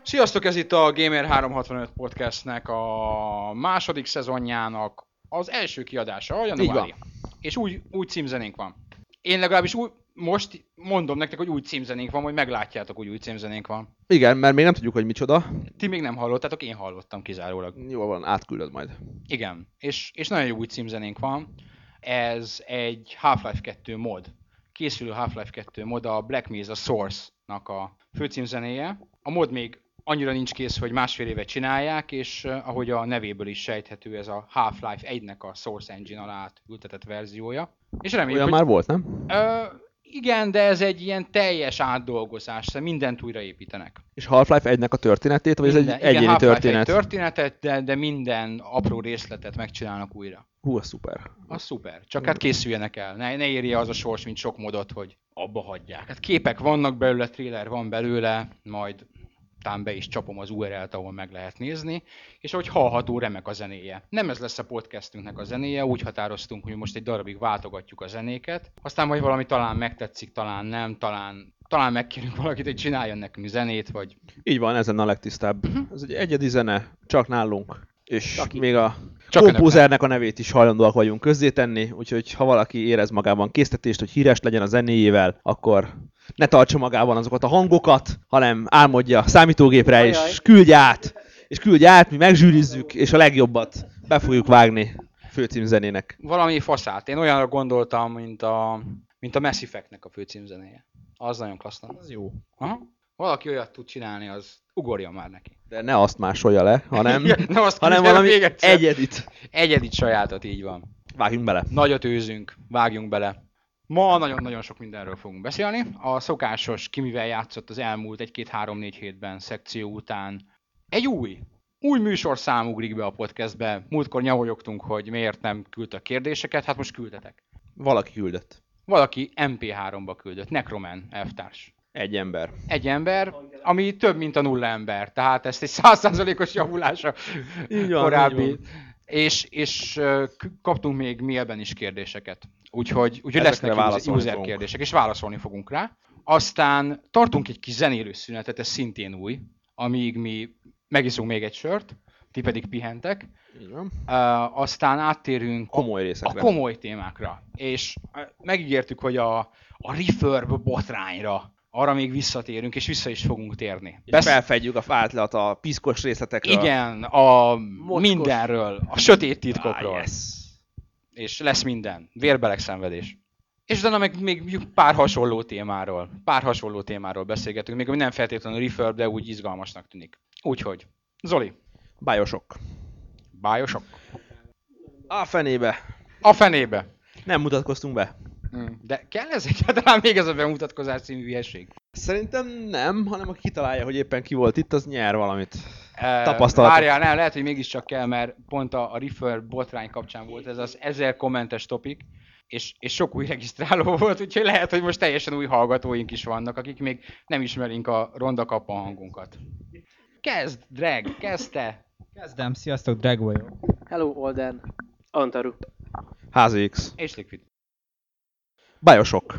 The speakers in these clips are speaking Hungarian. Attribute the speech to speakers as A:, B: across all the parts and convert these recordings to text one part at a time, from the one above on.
A: Sziasztok, ez itt a Gamer365 podcastnek a második szezonjának az első kiadása, a januári. És új címzenénk van. Én legalábbis most mondom nektek, hogy új címzenénk van, hogy meglátjátok, hogy új címzenénk van.
B: Igen, mert még nem tudjuk, hogy micsoda.
A: Ti még nem hallottátok, én hallottam kizárólag.
B: Jól van, átküldöd majd.
A: Igen, és nagyon jó új címzenénk van. Ez egy Half-Life 2 mod. Készülő Half-Life 2 mod, a Black Mesa Source-nak a főcímzenéje. A mod még annyira nincs kész, hogy másfél évet csinálják, és ahogy a nevéből is sejthető, ez a Half-Life 1-nek a Source Engine alá átültetett verziója. És reméljük,
B: olyan már volt, nem?
A: Igen, de ez egy ilyen teljes átdolgozás, szóval mindent újraépítenek.
B: És Half-Life 1-nek a történetét, vagy ez egy egyéni történet?
A: Egy történetet, de minden apró részletet megcsinálnak újra.
B: Hú, az szuper.
A: Az szuper. Csak hát készüljenek el. Ne érje az a sors, mint sok modot, hogy abba hagyják. Hát képek vannak belőle, trailer van belőle, majd talán be is csapom az URL-t, ahol meg lehet nézni, és ahogy hallható, remek a zenéje. Nem ez lesz a podcastünknek a zenéje, úgy határoztunk, hogy most egy darabig váltogatjuk a zenéket, aztán majd valami talán megtetszik, talán nem, talán megkérünk valakit, hogy csináljon nekünk zenét, vagy...
B: Így van, ezen a legtisztább. Ez egy egyedi zene, csak nálunk, és
A: csak
B: még a
A: csak
B: kompózernek a nevét is hajlandóak vagyunk közzétenni, úgyhogy ha valaki érez magában késztetést, hogy híres legyen a zenéjével, akkor ne tartsa magában azokat a hangokat, hanem álmodja számítógépre, és küldj át, mi megzsűrizzük, és a legjobbat be fogjuk vágni főcímzenének.
A: Valami faszát. Én olyanra gondoltam, mint a Mass Effect-nek a főcímzenéje. Az nagyon klassz.
B: Az jó.
A: Aha. Valaki olyat tud csinálni, az ugorja már neki.
B: De ne azt másolja le, hanem,
A: hanem
B: valami egyedit.
A: Egyedit sajátot, így van.
B: Vágjunk bele.
A: Nagyot őzünk, vágjunk bele. Ma nagyon-nagyon sok mindenről fogunk beszélni. A szokásos ki mivel játszott az elmúlt 1-2-3-4 hétben szekció után egy új műsorszám ugrik be a podcastbe. Múltkor nyavolyogtunk, hogy miért nem küldtek kérdéseket, hát most küldtetek.
B: Valaki küldött.
A: Valaki MP3-ba küldött, Necroman elvtárs.
B: Egy ember,
A: ami több, mint a 0 ember. Tehát ezt egy 100%-os javulása korábbi. És kaptunk még mailben is kérdéseket. Úgyhogy lesznek user kérdések, és válaszolni fogunk rá. Aztán tartunk egy kis zenélő szünetet, ez szintén új, amíg mi megiszunk még egy sört, ti pedig pihentek. Aztán áttérünk a komoly témákra. És megígértük, hogy a Refurb botrányra arra még visszatérünk, és vissza is fogunk térni.
B: Felfedjük a fátlat a piszkos részletekről.
A: Igen, a mindenről, a sötét titkokról.
B: Yes.
A: És lesz minden. Vérbeleg-szenvedés. És utána még pár hasonló témáról beszélgetünk, még ami nem feltétlenül Refurb, de úgy izgalmasnak tűnik. Úgyhogy, Zoli.
B: Bioshock. A fenébe. Nem mutatkoztunk be.
A: De kell ez egyáltalán még ez a bemutatkozás című hülyeség?
B: Szerintem nem, hanem aki kitalálja, hogy éppen ki volt itt, az nyer valamit. Tapasztalatot.
A: Várjál, nem, lehet, hogy mégiscsak kell, mert pont a Refurb botrány kapcsán volt ez az 1000 kommentes topik, és sok új regisztráló volt, úgyhogy lehet, hogy most teljesen új hallgatóink is vannak, akik még nem ismerünk a ronda kappan hangunkat. Kezd, Drag, kezdte!
C: Kezdem, sziasztok, Drag vagyok.
D: Hello, Olden. Antaru.
B: HZX.
A: És Liquid.
B: Bioshock.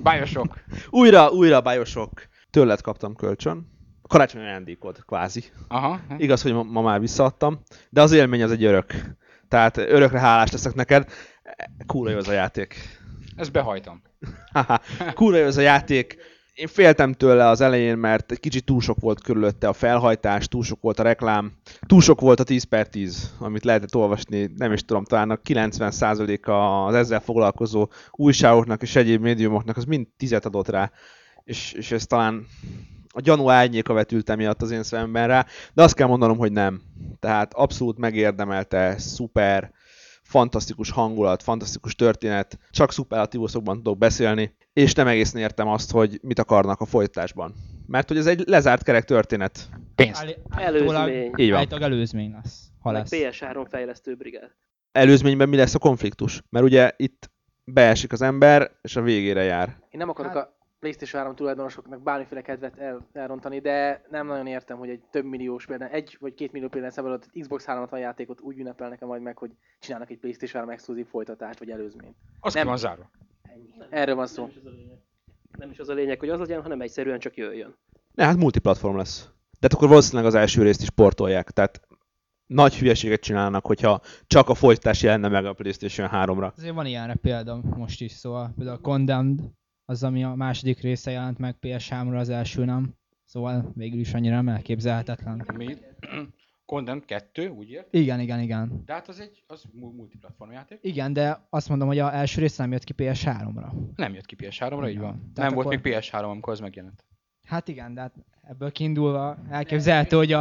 B: Újra Bioshock. Tőled kaptam kölcsön. Karácsonyi ajándékod, kvázi.
A: Aha.
B: Igaz, hogy ma már visszaadtam, de az élmény az egy örök. Tehát örökre hálás leszek neked. Kurva jó ez a játék.
A: Ezt behajtom.
B: Kurva jó ez a játék. Én féltem tőle az elején, mert egy kicsit túl sok volt körülötte a felhajtás, túl sok volt a reklám, túl sok volt a 10/10, amit lehetett olvasni, nem is tudom, talán a 90%-a az ezzel foglalkozó újságoknak és egyéb médiumoknak, az mind 10 adott rá, és ez talán a gyanú árnyéka vetült emiatt az én szememben rá, de azt kell mondanom, hogy nem. Tehát abszolút megérdemelte, szuper, fantasztikus hangulat, fantasztikus történet, csak szuperlatívuszokban tudok beszélni, és nem egészen értem azt, hogy mit akarnak a folytatásban. Mert hogy ez egy lezárt kerek történet.
A: Pénz.
D: Előzmény.
B: Így van.
C: Állítólag előzmény lesz, ha lesz.
D: PS3 fejlesztő brigád.
B: Előzményben mi lesz a konfliktus? Mert ugye itt beesik az ember, és a végére jár.
D: Én nem akarok a PlayStation 3 tulajdonosoknak bármiféle kedvet elrontani, de nem nagyon értem, hogy egy több milliós például, 1 vagy 2 millió például szemben adott Xbox 360 játékot úgy ünnepelnek majd meg, hogy csinálnak egy PlayStation 3 exkluzív folytatást vagy előzményt.
A: Az nem van zárva.
D: Erről van szó.
E: Nem is az a lényeg, hogy az legyen, hanem egyszerűen csak jöjjön.
B: Ne, hát multiplatform lesz. De akkor valószínűleg az első részt is portolják, tehát nagy hülyeséget csinálnak, hogyha csak a folytatás jelenne meg a PlayStation 3-ra.
C: Azért van ilyenre példa most is, szóval például a Condemned, az ami a második része jelent meg PS3-ra, az első nem. Szóval végül is annyira nem elképzelhetetlen.
A: Mi? Condemned 2, úgy ért?
C: Igen.
A: De hát az multiplatform játék?
C: Igen, de azt mondom, hogy az első része nem jött ki PS3-ra.
A: Nem jött ki PS3-ra, így van.
C: Tehát
A: Nem
C: akkor...
A: volt még PS3, amikor az megjelent.
C: Hát igen, de hát ebből kiindulva elképzelhető, hogy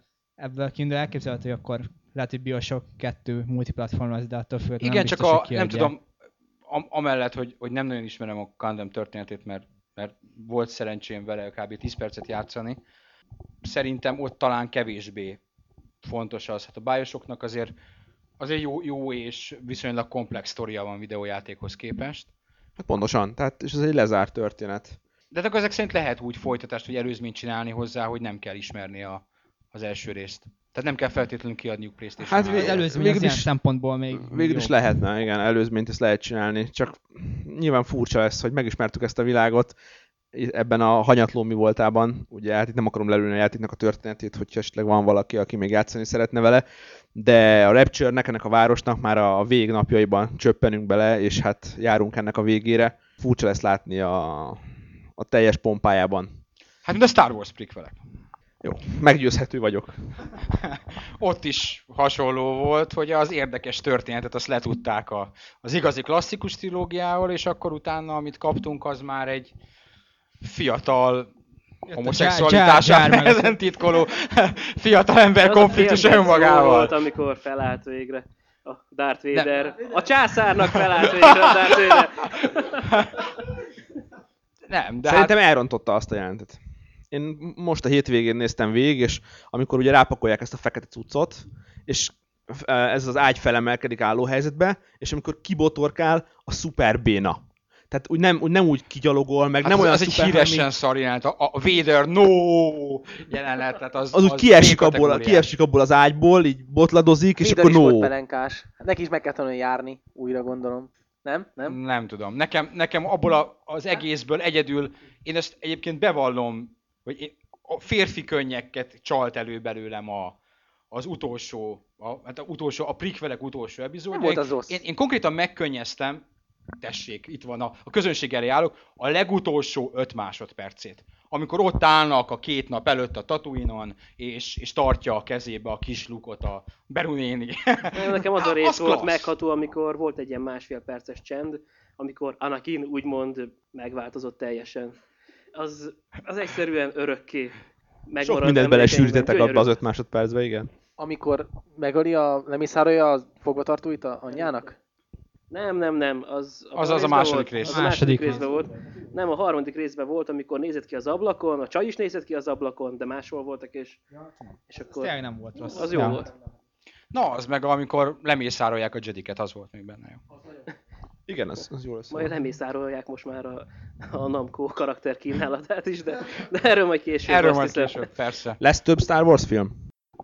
C: akkor lehet, hogy BioShock 2 multiplatform lesz, de attól függetlenül
A: igen,
C: nem
A: csak
C: biztos,
A: nem tudom, amellett, hogy nem nagyon ismerem a Condemned történetét, mert volt szerencsém vele kb. 10 percet játszani. Szerintem ott talán kevésbé fontos az. Hát a BioShocknak azért jó és viszonylag komplex sztoria van videójátékhoz képest.
B: Hát pontosan, tehát és ez egy lezárt történet.
A: De akkor ezek szerint lehet úgy folytatást, vagy előzményt csinálni hozzá, hogy nem kell ismerni az első részt. Tehát nem kell feltétlenül kiadniuk PlayStation 3-ra.
C: Az előzmény az ilyen szempontból még
B: végül is lehetne, igen, előzményt ezt lehet csinálni. Csak nyilván furcsa lesz, hogy megismertük ezt a világot ebben a hanyatló mi voltában. Ugye hát itt nem akarom lelőni a játéknak a történetét, hogyha esetleg van valaki, aki még játszani szeretne vele. De a Rapture-nek, ennek a városnak már a végnapjaiban csöppenünk bele, és hát járunk ennek a végére. Furcsa lesz látni a teljes pompájában.
A: Hát mint a Star Wars prequelek.
B: Jó, meggyőzhető vagyok.
A: Ott is hasonló volt, hogy az érdekes történetet azt letudták az igazi klasszikus trilógiával, és akkor utána, amit kaptunk, az már egy fiatal homoszexualitását nehezen titkoló fiatal ember konfliktus önmagával.
E: Volt, amikor felállt végre a Darth Vader. A császárnak felállt végre a Darth Vader.
A: Nem, de
B: szerintem elrontotta azt a jelentet. Én most a hétvégén néztem végig, és amikor ugye rápakolják ezt a fekete cuccot, és ez az ágy felemelkedik állóhelyzetbe, és amikor kibotorkál a szuper béna. Tehát úgy nem úgy kigyalogol, meg
A: hát
B: nem olyan
A: az egy híresen szar jelenet, a Vader no jelenet, tehát az
B: úgy kiesik abból az ágyból, így botladozik, és
D: Vader
B: akkor
D: is
B: no.
D: volt pelenkás. Neki is meg kell tanulni járni, újra gondolom. Nem?
A: Nem tudom. Nekem abból az egészből egyedül, én ezt egyébként bevallom, hogy a férfi könnyeket csalt elő belőlem a prequelek utolsó epizódja.
D: Nem volt az rossz.
A: Én konkrétan megkönnyeztem, tessék, itt van a közönség elé állok, a legutolsó 5 másodpercét. Amikor ott állnak a 2 nap előtt a Tatooine-on, és tartja a kezébe a kis Luke-ot a Beru néni.
E: Nekem az a rész volt megható, amikor volt egy ilyen 1,5 perces csend, amikor Anakin úgymond megváltozott teljesen. Az egyszerűen örökké megmaradt.
B: Sok mindent belesűrítettek abba az 5 másodpercbe, igen.
D: Amikor megöli lemészárolja a fogvatartóit a anyjának?
E: Nem.
A: Az a második rész.
E: Az a második részben volt. Nem, a harmadik részben volt, amikor nézett ki az ablakon, a csaj is nézett ki az ablakon, de máshol voltak, és akkor...
C: Ez nem volt rossz.
E: Az jó volt.
A: Na, az meg amikor lemészárolják a Jediket, az volt még benne jó.
B: Igen, az jó lesz.
E: Majd lemészárolják most már a Namco karakter kínálatát is, de erről majd később.
A: Erről majd később, persze.
B: Lesz több Star Wars film?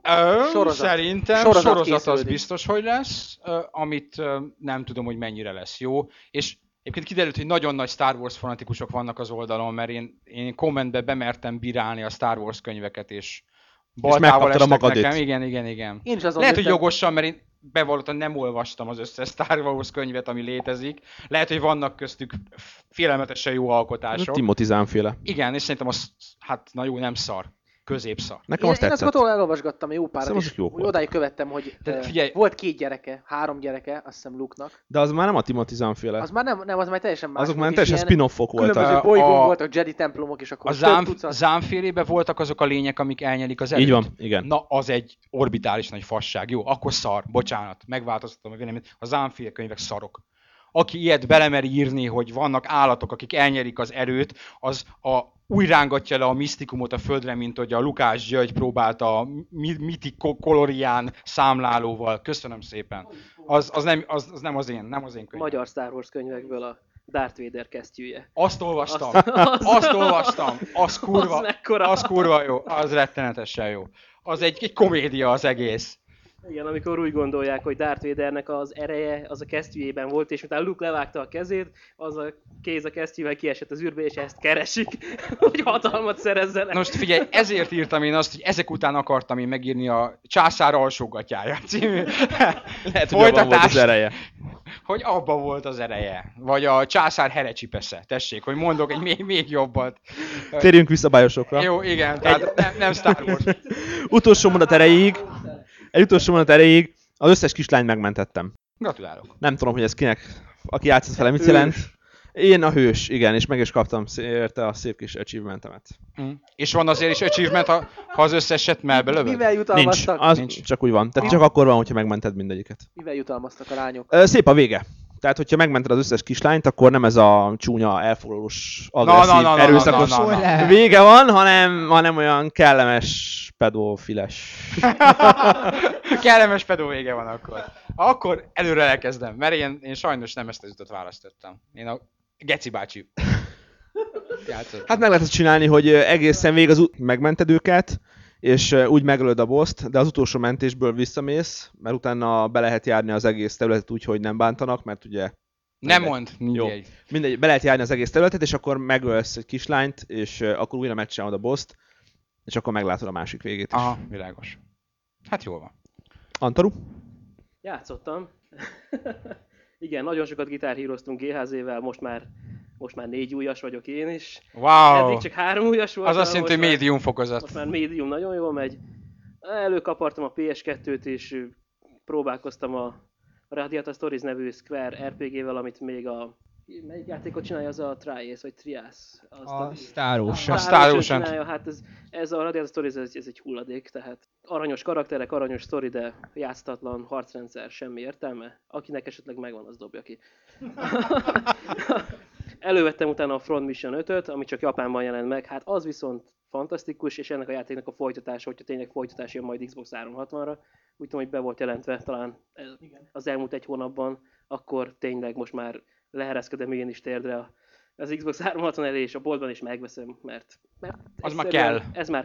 A: Szerintem sorozat az biztos, hogy lesz, amit nem tudom, hogy mennyire lesz jó. És egyébként kiderült, hogy nagyon nagy Star Wars fanatikusok vannak az oldalon, mert én kommentbe bemertem bírálni a Star Wars könyveket, és baltával estek nekem. Igen. Lehet, hogy jogosan, mert én bevallottan nem olvastam az összes Star Wars könyvet, ami létezik. Lehet, hogy vannak köztük félelmetesen jó alkotások.
B: Timothy Zahn-féle.
A: Igen, és szerintem az, hát na jó, nem szar. Középszar.
B: Nekem azt tetszett.
D: Én azt elolvasgattam jó párat, és
B: jó
D: odáig követtem, hogy volt 2 gyereke, 3 gyereke, azt hiszem Luke-nak.
B: De az már nem a Timothy Zahn-féle.
D: Az már nem, az már teljesen más.
B: Azok már teljesen spin-offok voltak.
D: Különböző bolygók voltak, Jedi templomok, és akkor
A: a Zahn-félébe voltak azok a lények, amik elnyelik az erőt.
B: Így van, igen.
A: Na, az egy orbitális nagy fasság. Jó, akkor szar. Bocsánat, megváltoztattam a véleményt. A Zahn-féle könyvek szarok. Aki ilyet belemeri írni, hogy vannak állatok, akik elnyerik az erőt, az úgy rángatja le a misztikumot a földre, mint hogy a Lukács György próbálta a Mythic Colorian számlálóval. Köszönöm szépen. Az nem az én könyvem.
E: Magyar Star Wars könyvekből a Darth Vader kesztyűje.
A: Azt olvastam. Az kurva jó. Az rettenetesen jó. Az egy komédia az egész.
E: Igen, amikor úgy gondolják, hogy Darth Vadernek az ereje az a kesztyűjében volt, és utána Luke levágta a kezét, az a kéz a kesztyűvel kiesett az űrbe, és ezt keresik, hogy hatalmat szerezzenek.
A: Most figyelj, ezért írtam én azt, hogy ezek után akartam én megírni a Császár alsógatyája című
B: Lehet, hogy abban volt az ereje.
A: Hogy abban volt az ereje. Vagy a Császár herecsipesze. Tessék, hogy mondok egy még jobbat.
B: Térjünk vissza Bioshockra.
A: Jó, igen, tehát nem Star Wars.
B: Utolsó mondat erejéig az összes kislányt megmentettem.
A: Gratulálok.
B: Nem tudom, hogy ez kinek, aki játszott vele, mit jelent. Én a hős, igen, és meg is kaptam érte a szép kis achievementemet.
A: És van azért is achievement, ha az összeset melbe lövöd?
D: Mivel jutalmaztak?
B: Nincs, csak úgy van. Tehát csak akkor van, hogyha megmented mindegyiket.
D: Mivel jutalmaztak a lányok?
B: Szép a vége. Tehát, hogyha megmented az összes kislányt, akkor nem ez a csúnya, elfoglalós, agresszív, erőszakos vége van, hanem olyan kellemes, pedófiles.
A: Kellemes pedó vége van akkor. Akkor előre elkezdem, mert én sajnos nem ezt az utat választottam. Én a Geci bácsi játszottam.
B: Hát meg lehet ezt csinálni, hogy egészen végig megmented őket, és úgy megölöd a boszt, de az utolsó mentésből visszamész, mert utána be lehet járni az egész területet úgy, hogy nem bántanak, mert ugye...
A: Nem mond,
B: mindegy, be lehet járni az egész területet, és akkor megölsz egy kislányt, és akkor újra megcsinálod a boszt, és akkor meglátod a másik végét is.
A: Aha, világos. Hát jól van.
B: Antaru?
E: Játszottam. Igen, nagyon sokat gitárhíroztunk GHZ-vel, most már 4 ujjas vagyok én is.
A: Wow!
E: Eddig csak 3 ujjas voltam.
A: Az azt jelenti, hogy médium fokozat.
E: Most már médium nagyon jól megy. Előkapartam a PS2-t, és próbálkoztam a Radiata Stories nevű Square RPG-vel, amit még a... Melyik játékot csinálja, az a Triace, vagy Triace?
C: A Star Ocean.
A: A Star Ocean
E: csinálja, hát ez a Radiata Stories, ez egy hulladék, tehát aranyos karakterek, aranyos sztori, de játszatlan harcrendszer, semmi értelme. Akinek esetleg megvan, az dobja ki. Elővettem utána a Front Mission 5-öt, ami csak Japánban jelent meg, hát az viszont fantasztikus, és ennek a játéknak a folytatása, hogyha tényleg folytatás jön majd Xbox 360-ra, úgy tudom, hogy be volt jelentve talán az elmúlt 1 hónapban, akkor tényleg most már lehereszkedem én is térdre az Xbox 360 elé, és a boltban is megveszem, mert
A: az már kell.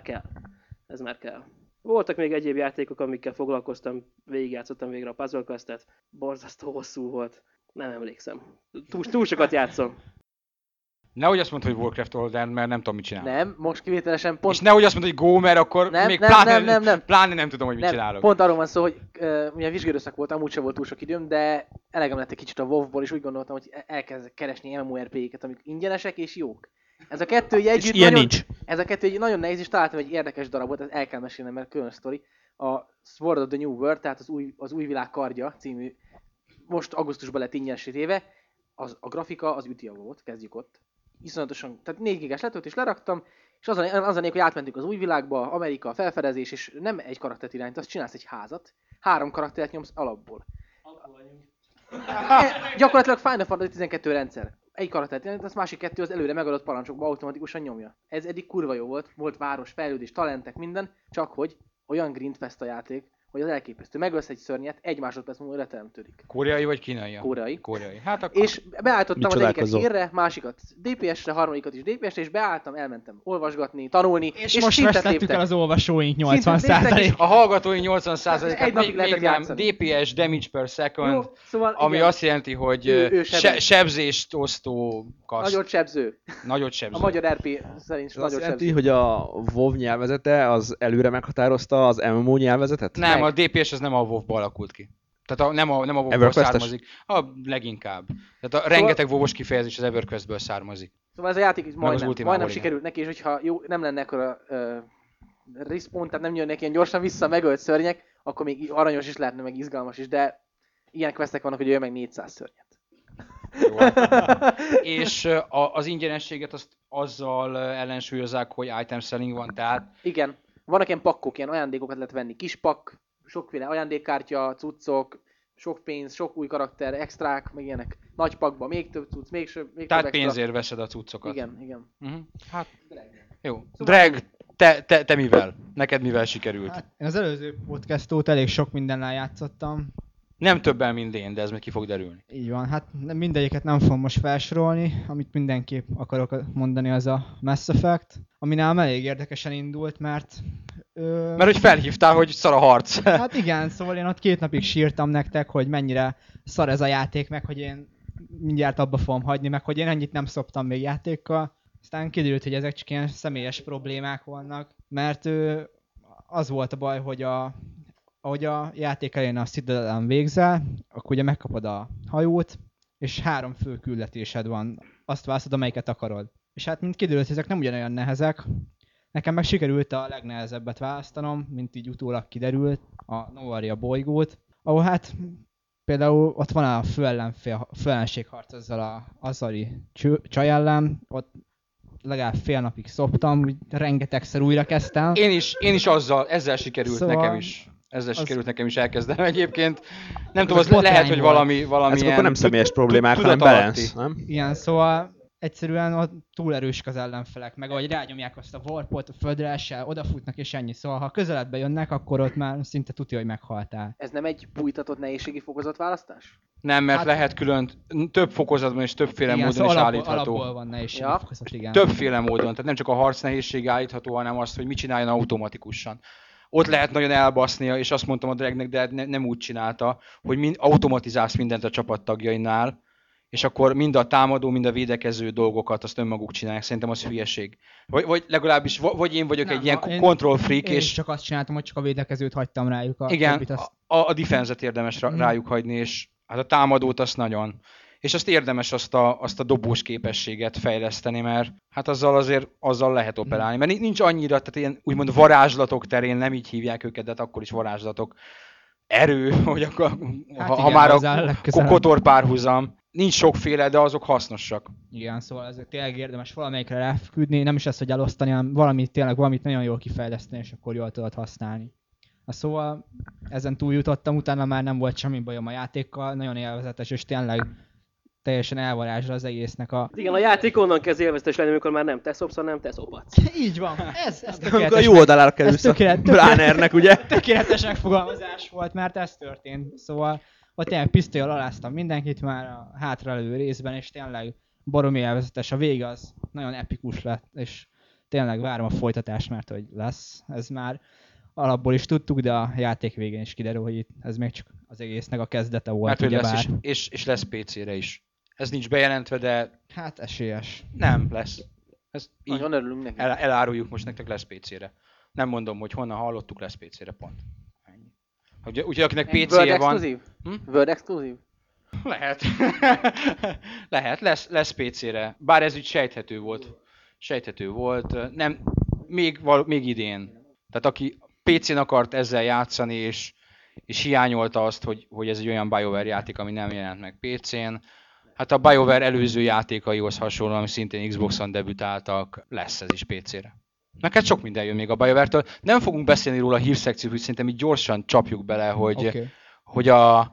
E: Ez már kell. Voltak még egyéb játékok, amikkel foglalkoztam, végigjátszottam végre a Puzzle Quest-et, borzasztó hosszú volt, nem emlékszem. Túl sokat játszom.
A: Nehogy azt mondd, hogy Warcraft Olden, mert nem tudom, mit csinál.
D: Nem, most kivételesen pont...
A: És nehogy azt mondd, hogy Go, mert akkor még pláne nem tudom, hogy mit csinálok.
D: Pont arról van szó, hogy ugye vizsgálódszak volt, amúgy sem volt túl sok időm, de elegem lett egy kicsit a WoW-ból, és úgy gondoltam, hogy elkezdek keresni MMORPG-ket, amik ingyenesek és jók. Ez a kettő együtt nagyon nehéz, és találtam egy érdekes darabot, ezt el kell mesélnem, mert külön sztori. A Sword of the New World, tehát az új világ kardja című, most augusztusban lett ingyenesé téve. A grafika az üti a volt, kezdjük ott. Iszonyatosan, tehát 4 gigás letöltést leraktam, és az a nélkül, hogy átmentünk az új világba, Amerika, felfedezés, és nem egy karaktert irányítasz, csinálsz egy házat, 3 karaktert nyomsz alapból. Gyakorlatilag Final Fantasy 12 rendszer. Egy karaktert irányítasz, másik 2 az előre megadott parancsokba automatikusan nyomja. Ez eddig kurva jó volt város, fejlődés, talentek, minden, csak hogy olyan grindfest a játék, hogy az elképesztő. Megölsz egy szörnyet, 1 másodperc múlva leteremtődik.
A: Koreai vagy kínai?
D: Koreai.
A: Hát akkor...
D: És beálltottam az egyiket hírre, másikat DPS-re, harmadikat is DPS-re, és beálltam, elmentem olvasgatni, tanulni,
C: és most vesztettük el az olvasóink 80%-át.
A: A hallgatóink 80%-át
D: még játszani.
A: DPS, damage per second,
D: jó, szóval
A: ami
D: igen.
A: azt jelenti, hogy sebzést osztó kaszt. Nagyot sebző.
D: A magyar RP szerint
B: nagyot azt jelenti, hogy a WoW nyelvezete az előre meghatározta az MMO nyelvezetet?
A: Nem, a DPS az nem a WoW-ból alakult ki. Tehát nem a WoW-ból származik. Leginkább. Tehát rengeteg WoW-os kifejezés az EverQuest-ből származik.
D: Szóval ez a játék is majdnem sikerült neki, és hogyha jó, nem lenne ekkora respawn, tehát nem jönnek ilyen gyorsan vissza megölt szörnyek, akkor még aranyos is lehetne, meg izgalmas is, de ilyen questek vannak, hogy jöjjön meg 400 szörnyet.
A: És az ingyenességet azt azzal ellensúlyozzák, hogy item selling van, tehát...
D: Igen, vannak ilyen pakkok, ilyen ajándékokat lehet venni, kis pakk, sokféle ajándékkártya, cuccok, sok pénz, sok új karakter, extrák, meg ilyenek. Nagy pakban még több cucc, még
A: tehát
D: több
A: pénzért veszed a cuccokat.
D: Igen.
A: Hát, jó. Te mivel? Neked mivel sikerült?
C: Hát, én az előző podcast óta elég sok mindennel játszottam.
A: Nem többen, mint én, de ez még ki fog derülni.
C: Így van, hát mindegyiket nem fogom most felsorolni, amit mindenképp akarok mondani, az a Mass Effect, ami nálam elég érdekesen indult, mert...
A: Mert hogy felhívtál, hogy szar a harc.
C: Hát igen, szóval én ott 2 napig sírtam nektek, hogy mennyire szar ez a játék, meg hogy én mindjárt abba fogom hagyni, meg hogy én ennyit nem szoptam még játékkal. Aztán kiderült, hogy ezek csak ilyen személyes problémák vannak, mert az volt a baj, hogy ahogy a játék elején a Citadelen végzel, akkor ugye megkapod a hajót, és 3 fő küldetésed van. Azt választod, amelyiket akarod. És hát mint kiderült, hogy ezek nem ugyanolyan nehezek. Nekem meg sikerült a legnehezebbet választanom, mint így utólag kiderült, a Novaria bolygót, ahol hát például ott van a főellenségharc ezzel a Azari csaj ellen, ott legalább fél napig szoptam, rengetegszer újra kezdtem.
A: Én is ezzel sikerült szóval nekem is. Ezzel sikerült nekem is elkezdenem egyébként. Nem tudom, az lehet, hogy valami
B: ezek akkor nem személyes problémák, hanem balance, nem?
C: Igen, szóval egyszerűen ott túl erősek az ellenfelek, meg ahogy rányomják azt a warpot, a földre esel, odafutnak és ennyi. Szóval ha közeledbe jönnek, akkor ott már szinte tudja, hogy meghaltál.
D: Ez nem egy bújtatott nehézségi fokozat választás?
A: Nem, mert lehet külön több fokozatban és többféle módon
C: szóval
A: is állítható.
C: Alapból van nehézségi fokozat, igen.
A: Többféle módon, tehát nem csak a harc nehézség állítható, hanem azt, hogy mit csináljon automatikusan. Ott lehet nagyon elbasznia, és azt mondtam a Dregnek, de nem úgy csinálta, hogy automatizálsz mindent a csapattagjainál, és akkor mind a támadó, mind a védekező dolgokat azt önmaguk csinálják. Szerintem az hülyeség. Vagy legalábbis, vagy én vagyok egy ilyen control freak,
C: és... Én csak azt csináltam, hogy csak a védekezőt hagytam rájuk.
A: Igen, a defense-et érdemes rájuk hagyni, és hát a támadót azt nagyon. És azt érdemes azt a dobós képességet fejleszteni, mert hát azzal lehet operálni. Mert nincs annyira, tehát ilyen úgymond varázslatok terén, nem így hívják őket, de hát akkor is varázslatok. Erő, hogy akkor, hát ha igen, már a kotor párhuzam. Nincs sokféle, de azok hasznosak.
C: Igen, szóval ezek tényleg érdemes valamelyikre ráfüküdni, nem is ez, hogy elosztani, hanem valamit nagyon jól kifejleszteni, és akkor jól tudod használni. Szóval ezen túljutottam, utána már nem volt semmi bajom a játékkal, nagyon élvezetes, és tényleg teljesen elvarázsol az egésznek a...
E: Igen, a játék onnan kezd élvezetes lenni, amikor már nem te szopsz, hanem te szopatsz.
C: Így van, ez tökéletes.
B: Amikor a jó oldalára kerülsz a Bránernek, ugye?
C: Tökéletes megfogalmazás volt, mert ez történt. Szóval ott tényleg pisztolyal aláztam mindenkit már a hátralevő részben, és tényleg baromi élvezetes. A vége az nagyon epikus lett, és tényleg várom a folytatást, mert hogy lesz. Ez már alapból is tudtuk, de a játék végén is kiderül, hogy itt ez még csak az egésznek a kezdete volt.
A: Mert hogy lesz és lesz PC-re is. Ez nincs bejelentve, de...
C: Hát esélyes.
A: Nem, lesz.
D: Nagyon örülünk neki.
A: Eláruljuk most nektek, lesz PC-re. Nem mondom, hogy honnan hallottuk, lesz PC-re, pont. Úgyhogy akinek PC-je van...
D: World Exclusive?
A: Lehet. Lehet, lesz PC-re. Bár ez úgy sejthető volt. Nem, még idén. Tehát aki PC-n akart ezzel játszani, és hiányolta azt, hogy ez egy olyan BioWare játék, ami nem jelent meg PC-n, hát a BioWare előző játékaihoz hasonlóan, ami szintén Xboxon debütáltak, lesz ez is PC-re. Meg hát sok minden jön még a BioWare-től. Nem fogunk beszélni róla a hírszekciót, hogy szerintem így gyorsan csapjuk bele, hogy a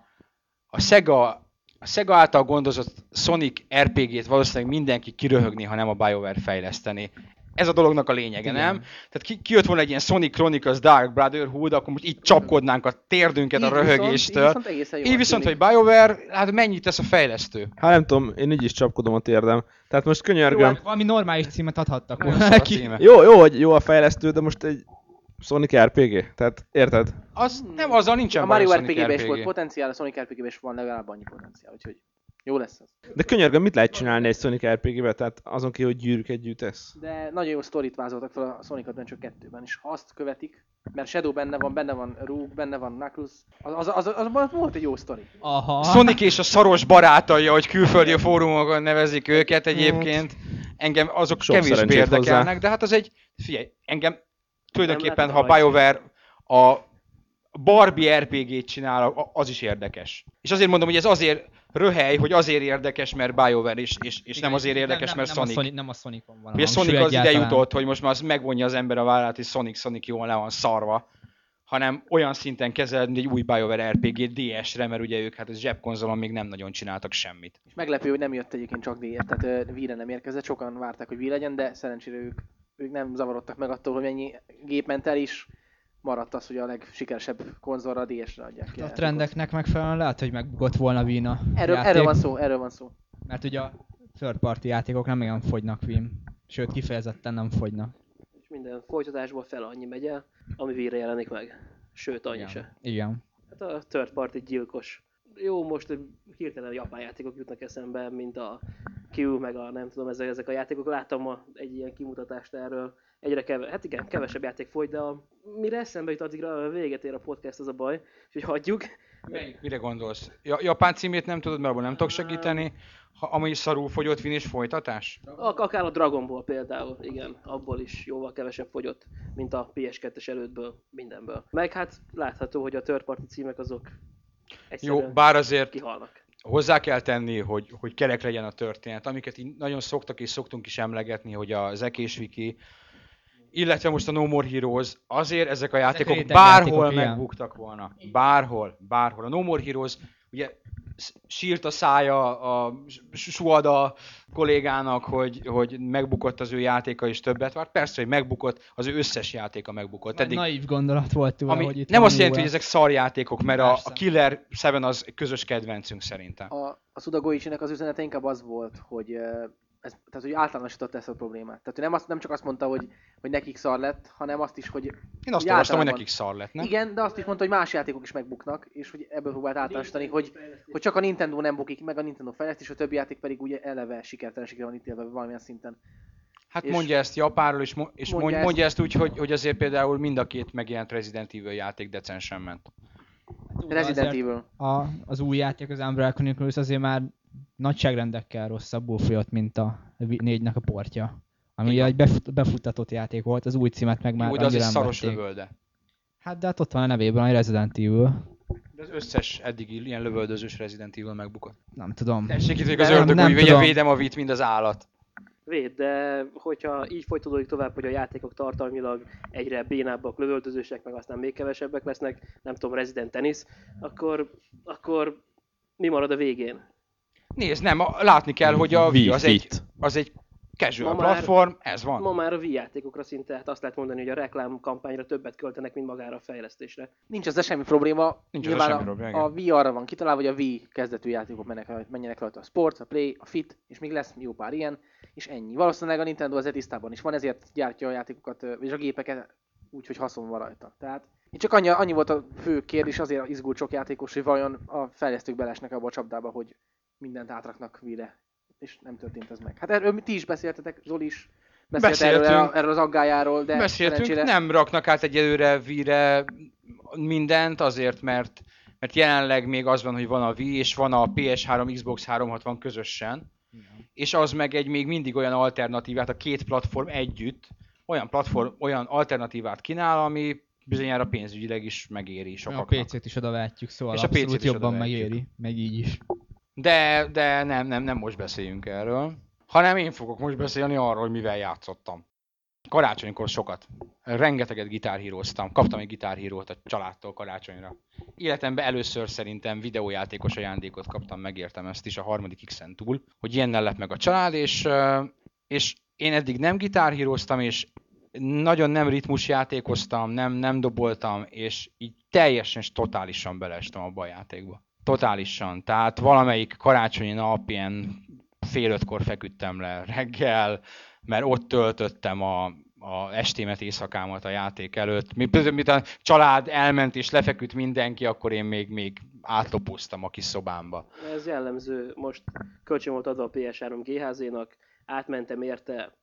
A: Sega által gondozott Sonic RPG-t valószínűleg mindenki kiröhögni, ha nem a BioWare fejleszteni. Ez a dolognak a lényege, nem? Tehát kijött volna egy ilyen Sonic Chronicles Dark Brotherhood, akkor most így csapkodnánk a térdünket a röhögéstől. Így viszont, hogy BioWare, hát mennyit tesz a fejlesztő?
B: Hát nem tudom, én így is csapkodom a térdem. Tehát most könyörgöm.
C: Jó, valami normális címet adhattak volna
A: neki.
B: Jó, hogy jó a fejlesztő, de most egy Sonic RPG, tehát érted?
A: Nem, azzal nincsen
D: a Mario RPG-ben is volt potenciál, a Sonic RPG-ben is van legalább annyi potenciál, úgyhogy jó lesz az.
B: De könyörgöm, mit lehet csinálni egy Sonic RPG-be, tehát azon ki, hogy gyűrűket gyűjtesz?
D: De nagyon jó sztorit vázoltak fel a Sonic Adventure 2-ben, és ha azt követik, mert Shadow benne van Rogue, benne van Knuckles, az volt egy jó sztori.
C: Aha.
A: Sonic és a szaros barátai, hogy külföldi fórumokon nevezik őket egyébként, engem azok kevésbé érdekelnek, de hát az egy, figyelj, engem tulajdonképpen, ha BioWare a Barbie RPG-t csinál, az is érdekes. És azért mondom, hogy ez azért röhely, hogy azért érdekes, mert BioWare és igen, nem azért érdekes, mert Sonic.
C: Nem a Sonicon van.
A: Ugye a Sonic az ide jutott, hogy most már az megvonja az ember a vállát, és Sonic jól le van szarva, hanem olyan szinten kezeled, mint egy új BioWare RPG DS-re, mert ugye ők hát az zsebkonzolon még nem nagyon csináltak semmit.
D: És meglepő, hogy nem jött egyébként csak DS, tehát Wii-re nem érkezett, sokan várták, hogy Wii legyen, de szerencsére ők nem zavarodtak meg attól, hogy mennyi gép ment el is. maradt az, hogy a legsikeresebb konzolra a DS-re adják ki.
C: A trendeknek megfelelően lehet, hogy megbukott volna Wii-n a
D: erről van szó.
C: Mert ugye a third party játékok nem olyan fogynak Wii-n. Sőt, kifejezetten nem fogynak.
E: És minden folytatásból fel annyi megy el, ami Wii-re jelenik meg. Sőt, annyi se.
C: Igen.
E: Hát a third party gyilkos. Jó, most hirtelen japán játékok jutnak eszembe, mint a Q, meg a nem tudom, ezek a játékok. Láttam ma egy ilyen kimutatást erről. Kevesebb játék fogy, de mire eszembe jut, addigra véget ér a podcast, az a baj. Úgyhogy hagyjuk.
A: Mire gondolsz? Japán címét nem tudod, mert abban nem tudok segíteni. Ami szarul fogyott Wii-n és folytatás?
E: Akár a Dragon Ball például, igen, abból is jóval kevesebb fogyott, mint a PS2-es előttből, mindenből. Meg hát látható, hogy a third party címek azok egyszerűen
A: jó, bár azért
E: kihalnak.
A: Hozzá kell tenni, hogy kerek legyen a történet, amiket nagyon szoktak és szoktunk is emlegetni, hogy a Zek és Viki, illetve most a No More Heroes, azért ezek a játékok bárhol megbuktak volna. Bárhol. A No More Heroes, ugye sírt a szája a Suada kollégának, hogy megbukott az ő játéka és többet várt. Persze, hogy megbukott, az ő összes játéka megbukott.
C: Eddig, naív gondolat volt tőle, hogy itt
A: nem azt jelenti, hogy ezek szarjátékok, mert a Killer 7 az közös kedvencünk szerintem.
D: A Suda Goichinek az üzenete inkább az volt, hogy tehát, hogy általánosította ezt a problémát. Tehát ő nem csak azt mondta, hogy nekik szar lett, hanem azt is, hogy...
A: Én azt olvastam, hogy nekik szar lett, nem?
D: Igen, de azt is mondta, hogy más játékok is megbuknak, és hogy ebből próbált általánosítani, hogy csak a Nintendo nem bukik meg, a Nintendo fejlesztés, a többi játék pedig ugye eleve sikertelenségre van ítélve valamilyen szinten.
A: Hát és mondja ezt Japánról, és mondja ezt úgy, hogy azért például mind a két megjelent Resident Evil játék decensen ment.
D: Resident Evil.
C: Az új játék, az Umbrella Chronicles azért már nagyságrendekkel rosszabbul folyott, mint a 4-nek a portja. Ami ugye egy befuttatott játék volt, az új címet meg már
A: annyira nem vették. Jó, de az egy szaros lövölde.
C: Hát de hát ott van a nevében a Resident Evil.
A: De az összes eddig ilyen lövöldözős Resident Evil megbukott.
C: Nem tudom.
A: Tessék itt, hogy az ördög úgy védem a Vit, mint az állat.
E: Véd, de hogyha így folytatódik tovább, hogy a játékok tartalmilag egyre bénábbak, lövöldözősek, meg aztán még kevesebbek lesznek, nem tudom, Resident Tennis, akkor mi marad a végén?
A: Nézd, nem, látni kell, hogy a Wii az egy casual platform, ez van.
E: Ma már a Wii játékokra szinte, hát azt lehet mondani, hogy a reklámkampányra többet költenek, mint magára a fejlesztésre.
D: Nincs ezzel semmi probléma.
A: Nyilván
D: a Wii arra van kitalálva, hogy a Wii kezdetű játékok menjenek rajta, a Sport, a Play, a Fit, és még lesz jó pár ilyen, és ennyi. Valószínűleg a Nintendo azért tisztában is van, ezért gyártja a játékokat, vagy a gépeket úgy, hogy haszon van rajta. Tehát itt csak annyi volt a fő kérdés, azért izgult sok játékos, hogy vajon a fejlesztők belesnek abba a csapdába, hogy mindent átraknak Wii-re. És nem történt ez meg. Hát erről ti is beszéltetek, Zoli is beszélt erről az aggályáról, de
A: beszéltünk, nem raknak át egyelőre Wii-re mindent, azért, mert jelenleg még az van, hogy van a Wii, és van a PS3, Xbox 360 közösen, és az meg egy még mindig olyan alternatívát, a két platform együtt, olyan alternatívát kínál, ami bizonyára pénzügyileg is megéri sokaknak.
C: A PC-t is odavetjük, szóval és abszolút jobban megéri, meg így is.
A: De nem most beszéljünk erről, hanem én fogok most beszélni arról, hogy mivel játszottam. Karácsonykor sokat. Rengeteget gitárhíroztam. Kaptam egy gitárhírót a családtól karácsonyra. Életemben először szerintem videójátékos ajándékot kaptam, megértem ezt is a harmadik X-en túl, hogy ilyennel lett meg a család, és én eddig nem gitárhíroztam, és nagyon nem ritmusjátékoztam, nem doboltam, és így teljesen és totálisan beleestem abba a játékba. Totálisan. Tehát valamelyik karácsonyi nap ilyen 4:30-kor feküdtem le reggel, mert ott töltöttem a estémet, éjszakámat a játék előtt. Mint a család elment és lefeküdt mindenki, akkor én még átlopóztam a kis szobámba.
E: Ez jellemző. Most kölcsön volt adva a PS3 GHZ-nak, átmentem érte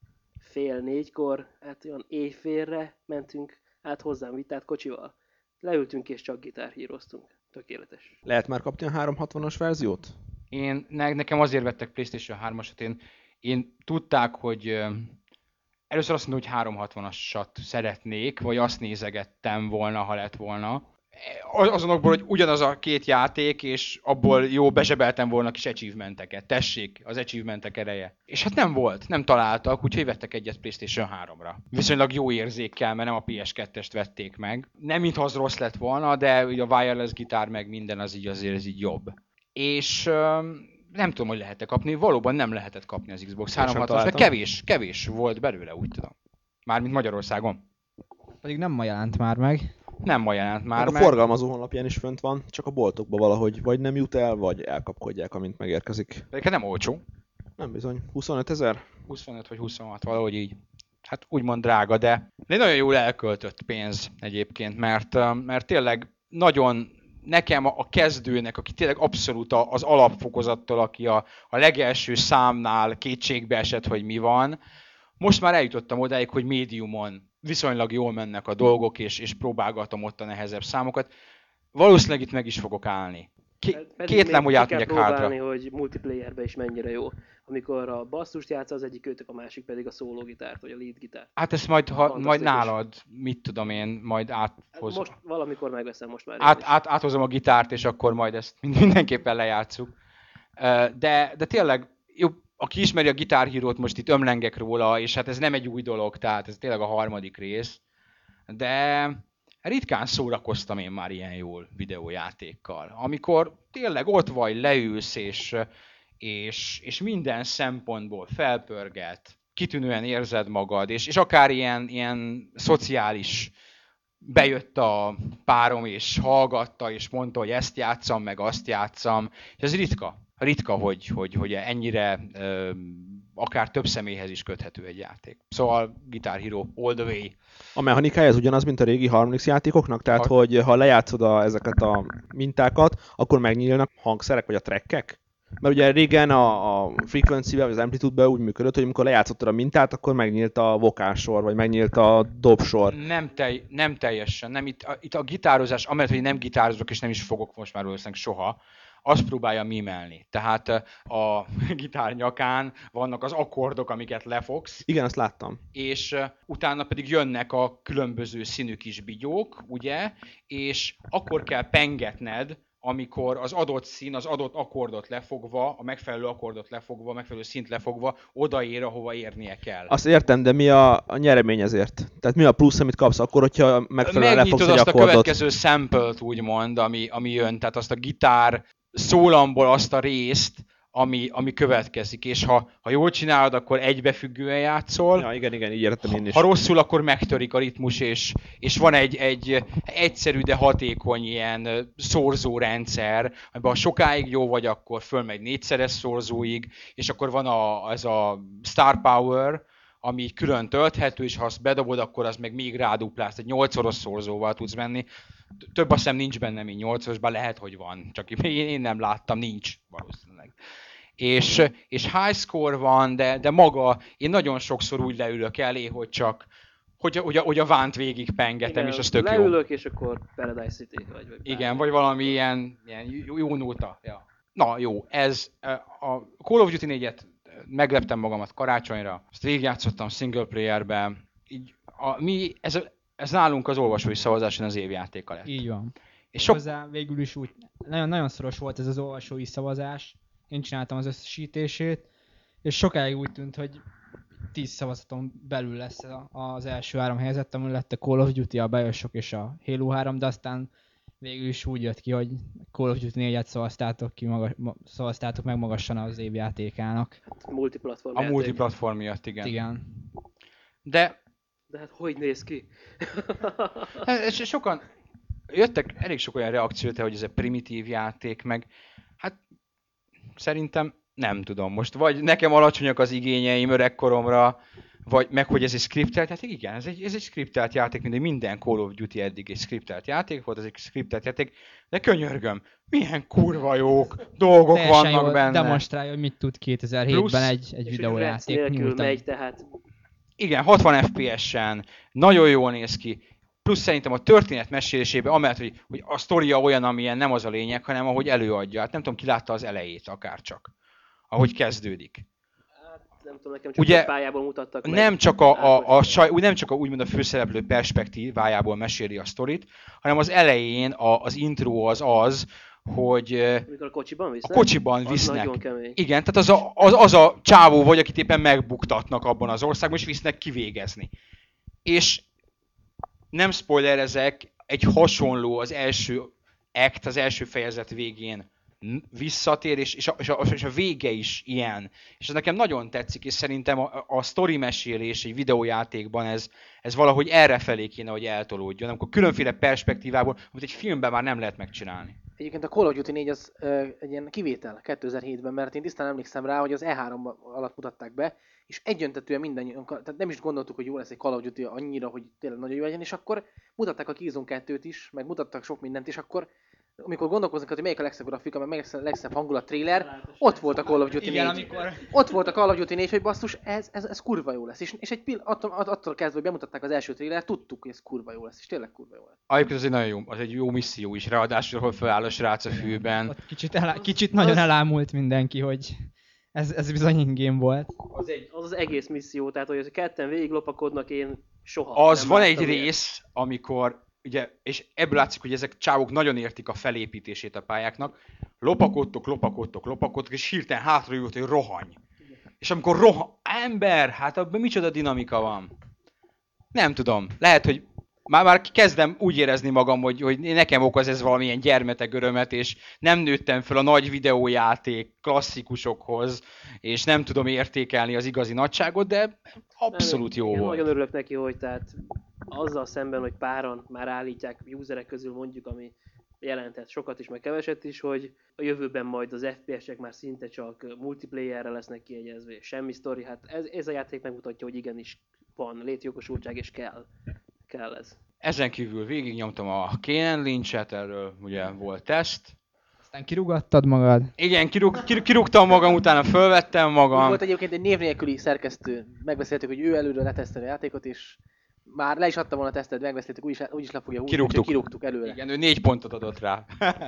E: 3:30, hát olyan éjfélre mentünk át hozzám vitát kocsival. Leültünk és csak gitárhíroztunk. Tökéletes.
B: Lehet már kapni a 360-as verziót?
A: Nekem azért vettek PlayStation 3-asat, én tudták, hogy először azt mondtam, hogy 360-asat szeretnék, vagy azt nézegettem volna, ha lett volna. Azonokból, hogy ugyanaz a két játék, és abból jó bezsebeltem volna kis achievementeket. Tessék, az achievementek ereje. És hát nem volt, nem találtak, úgyhogy vettek egyet PlayStation 3-ra. Viszonylag jó érzékkel, mert nem a PS2-est vették meg. Nem mintha az rossz lett volna, de a wireless gitár meg minden az így azért ez így jobb. És nem tudom, hogy lehet-e kapni, valóban nem lehetett kapni az Xbox 360-as, kevés volt belőle, úgy tudom. Mármint Magyarországon.
C: Pedig nem ma jelent már meg.
A: Nem ma jelent már
B: A forgalmazó honlapján is fönt van, csak a boltokban valahogy vagy nem jut el, vagy elkapkodják, amint megérkezik.
A: De nem olcsó.
B: Nem bizony. 25 000?
A: 25 vagy 26, valahogy így. Hát úgymond drága, de nagyon jól elköltött pénz egyébként, mert tényleg nagyon nekem a kezdőnek, aki tényleg abszolút az alapfokozattól, aki a legelső számnál kétségbe esett, hogy mi van, most már eljutottam odáig, hogy médiumon viszonylag jól mennek a dolgok, és próbálgatom ott a nehezebb számokat. Valószínűleg itt meg is fogok állni. Kétlem, hogy átmegyek hátra.
E: Hogy multiplayerben is mennyire jó. Amikor a basszust játsza az egyik őtök, a másik pedig a szólógitárt, vagy a lead gitárt.
A: Hát ezt majd nálad, mit tudom én, majd áthozom.
E: Most valamikor megveszem most már.
A: Áthozom a gitárt, és akkor majd ezt mindenképpen lejátszuk. De tényleg, jó, aki ismeri a Guitar Hero-t, most itt ömlengek róla, és hát ez nem egy új dolog, tehát ez tényleg a harmadik rész. De ritkán szórakoztam én már ilyen jól videójátékkal. Amikor tényleg ott vagy, leülsz, és minden szempontból felpörget, kitűnően érzed magad, és akár ilyen szociális, bejött a párom, és hallgatta, és mondta, hogy ezt játszam, meg azt játszam, és ez ritka, hogy ennyire akár több személyhez is köthető egy játék. Szóval Guitar Hero all the way.
B: A mechanikája ez ugyanaz, mint a régi Harmonix játékoknak? Tehát, hogy ha lejátszod ezeket a mintákat, akkor megnyílnak hangszerek, vagy a trackek? Mert ugye régen a frequency-vel, vagy az amplitude-vel úgy működött, hogy amikor lejátszottad a mintát, akkor megnyílt a vokálsor, vagy megnyílt a dobsor.
A: Nem teljesen. Nem, itt a gitározás, amellett, hogy nem gitározok, és nem is fogok most már valószínűleg soha, azt próbálja mimelni. Tehát a gitár nyakán vannak az akkordok, amiket lefogsz.
B: Igen, azt láttam.
A: És utána pedig jönnek a különböző színű kis bigyók, ugye? És akkor kell pengetned, amikor az adott szín, az adott akkordot lefogva, a megfelelő akkordot lefogva, a megfelelő szint lefogva, odaér, ahova érnie kell.
B: Azt értem, de mi a nyeremény ezért? Tehát mi a plusz, amit kapsz akkor, hogyha megfelelően lefogsz egy akkordot?
A: Megnyitod azt a következő sample-t, úgymond, ami jön, tehát azt a gitár szólamból azt a részt, ami következik, és ha jól csinálod, akkor egybefüggően játszol.
B: Ja, igen, így értem én is.
A: Ha rosszul, akkor megtörik a ritmus, és van egy egyszerű, de hatékony ilyen szorzórendszer, amiben ha sokáig jó vagy, akkor fölmegy 4-szeres szorzóig, és akkor van ez a Star Power, ami külön tölthető, és ha azt bedobod, akkor az meg még ráduplász, egy 8-szoros szorzóval tudsz menni. Több azt hiszem nincs benne, mint 8-szoros, bár lehet, hogy van, csak én nem láttam, nincs valószínűleg. És high score van, de maga, én nagyon sokszor úgy leülök elé, hogy csak, hogy a vánt végig pengetem, igen, és az tök jó.
E: Leülök, és akkor Paradise City vagy
A: igen, vagy valami ilyen jó nóta. Ja. Na jó, ez a Call of Duty 4-et megleptem magamat karácsonyra, azt végigjátszottam single playerben, így ez nálunk az olvasói szavazáson az évjátéka lett.
C: Így van. És hozzá végül is úgy, nagyon szoros volt ez az olvasói szavazás, én csináltam az összesítését, és sokáig úgy tűnt, hogy 10 szavazaton belül lesz az első 3 helyzet, amin lett a Call of Duty, a BioShock és a Halo 3, de aztán végül is úgy jött ki, hogy Call of Duty 4-et szavaztátok meg magasan az évjátékának.
E: Multiplatform
A: játék. A multiplatform miatt, igen.
C: Igen.
A: De
E: hát hogy néz ki?
A: És sokan jöttek elég sok olyan reakciót, hogy ez egy primitív játék, meg hát szerintem nem tudom most, vagy nekem alacsonyak az igényeim öregkoromra, vagy meg hogy ez egy skriptelt játék, igen, ez egy skriptelt játék, minden Call of Duty eddig egy skriptelt játék volt, ez egy skriptelt játék, de könyörgöm, milyen kurva jók dolgok teljesen vannak benne.
C: Demonstrálja, hogy mit tud 2007-ben egy videójáték
E: nyújtani. Tehát...
A: Igen, 60 FPS-en, nagyon jól néz ki, plusz szerintem a történet mesélésében, amellett, hogy a sztoria olyan, amilyen nem az a lényeg, hanem ahogy előadja. Hát nem tudom, ki látta az elejét akárcsak, ahogy kezdődik.
E: Nem tudom, nekem csak ugye, pályából mutattak meg.
A: Nem csak úgymond a főszereplő perspektívájából meséli a sztorit, hanem az elején az intro az, hogy
E: amikor a kocsiban visznek?
A: A kocsiban visznek.
E: Az nagyon kemény.
A: Igen, tehát az a csávó vagy, akit éppen megbuktatnak abban az országban, és visznek kivégezni. És nem spoilerezek, egy hasonló az első act, az első fejezet végén visszatér, és a vége is ilyen. És ez nekem nagyon tetszik, és szerintem a sztori mesélés egy videójátékban ez valahogy errefelé kéne, hogy eltolódjon, amikor különféle perspektívából, amit egy filmben már nem lehet megcsinálni.
D: Egyébként a Call of Duty 4 az egy ilyen kivétel 2007-ben, mert én tisztán emlékszem rá, hogy az E3 alatt mutatták be, és egyöntetően mindannyian, tehát nem is gondoltuk, hogy jó lesz egy Call of Duty annyira, hogy tényleg nagyon jó legyen, és akkor mutatták a Killzone 2-t is, meg mutattak sok mindent, és akkor amikor gondolkoznak, hogy melyik a legszebb grafika, meg melyik a legszebb hangulat trailer, ott volt a Call of Duty 4.
C: Igen, amikor...
D: Ott volt a Call of Duty 4, hogy basszus, ez kurva jó lesz. És egy attól kezdve, hogy bemutatták az első trailer, tudtuk, hogy ez kurva jó lesz, és tényleg kurva jó lesz.
A: Egyébként ez egy nagyon jó, az egy jó misszió is, ráadásul, hol feláll a srác a fűben.
C: Ott kicsit nagyon elámult mindenki, hogy ez bizony in-game volt.
E: Az egész misszió, tehát hogy ketten végig lopakodnak, én soha
A: az van egy rész, amikor ugye, és ebből látszik, hogy ezek csávok nagyon értik a felépítését a pályáknak, lopakodtok, és hirtelen hátra jött, hogy rohanj. És amikor ember, hát abban micsoda dinamika van. Nem tudom, lehet, hogy már kezdem úgy érezni magam, hogy nekem okoz ez valamilyen gyermeteg örömet, és nem nőttem fel a nagy videójáték klasszikusokhoz, és nem tudom értékelni az igazi nagyságot, de abszolút jó volt.
E: Nagyon örülök neki, hogy tehát azzal szemben, hogy páran már állítják userek közül mondjuk, ami jelentett sokat is, meg keveset is, hogy a jövőben majd az FPS-ek már szinte csak multiplayerre lesznek kiegyezve, és semmi sztori. Hát ez a játék megmutatja, hogy igenis van létjogosultság, és kell ez.
A: Ezen kívül végignyomtam a Kane Lynch-et, erről ugye volt teszt.
C: Aztán kirúgattad magad?
A: Igen, kirúgtam magam, utána fölvettem magam.
D: Volt egyébként egy név nélküli szerkesztő, megbeszéltük, hogy ő előre leteszteli a játékot, és már le is adta volna a tesztet, megbeszéltük, úgyis le fogja húzni, kirúgtuk előre.
A: Igen, ő 4 pontot adott rá.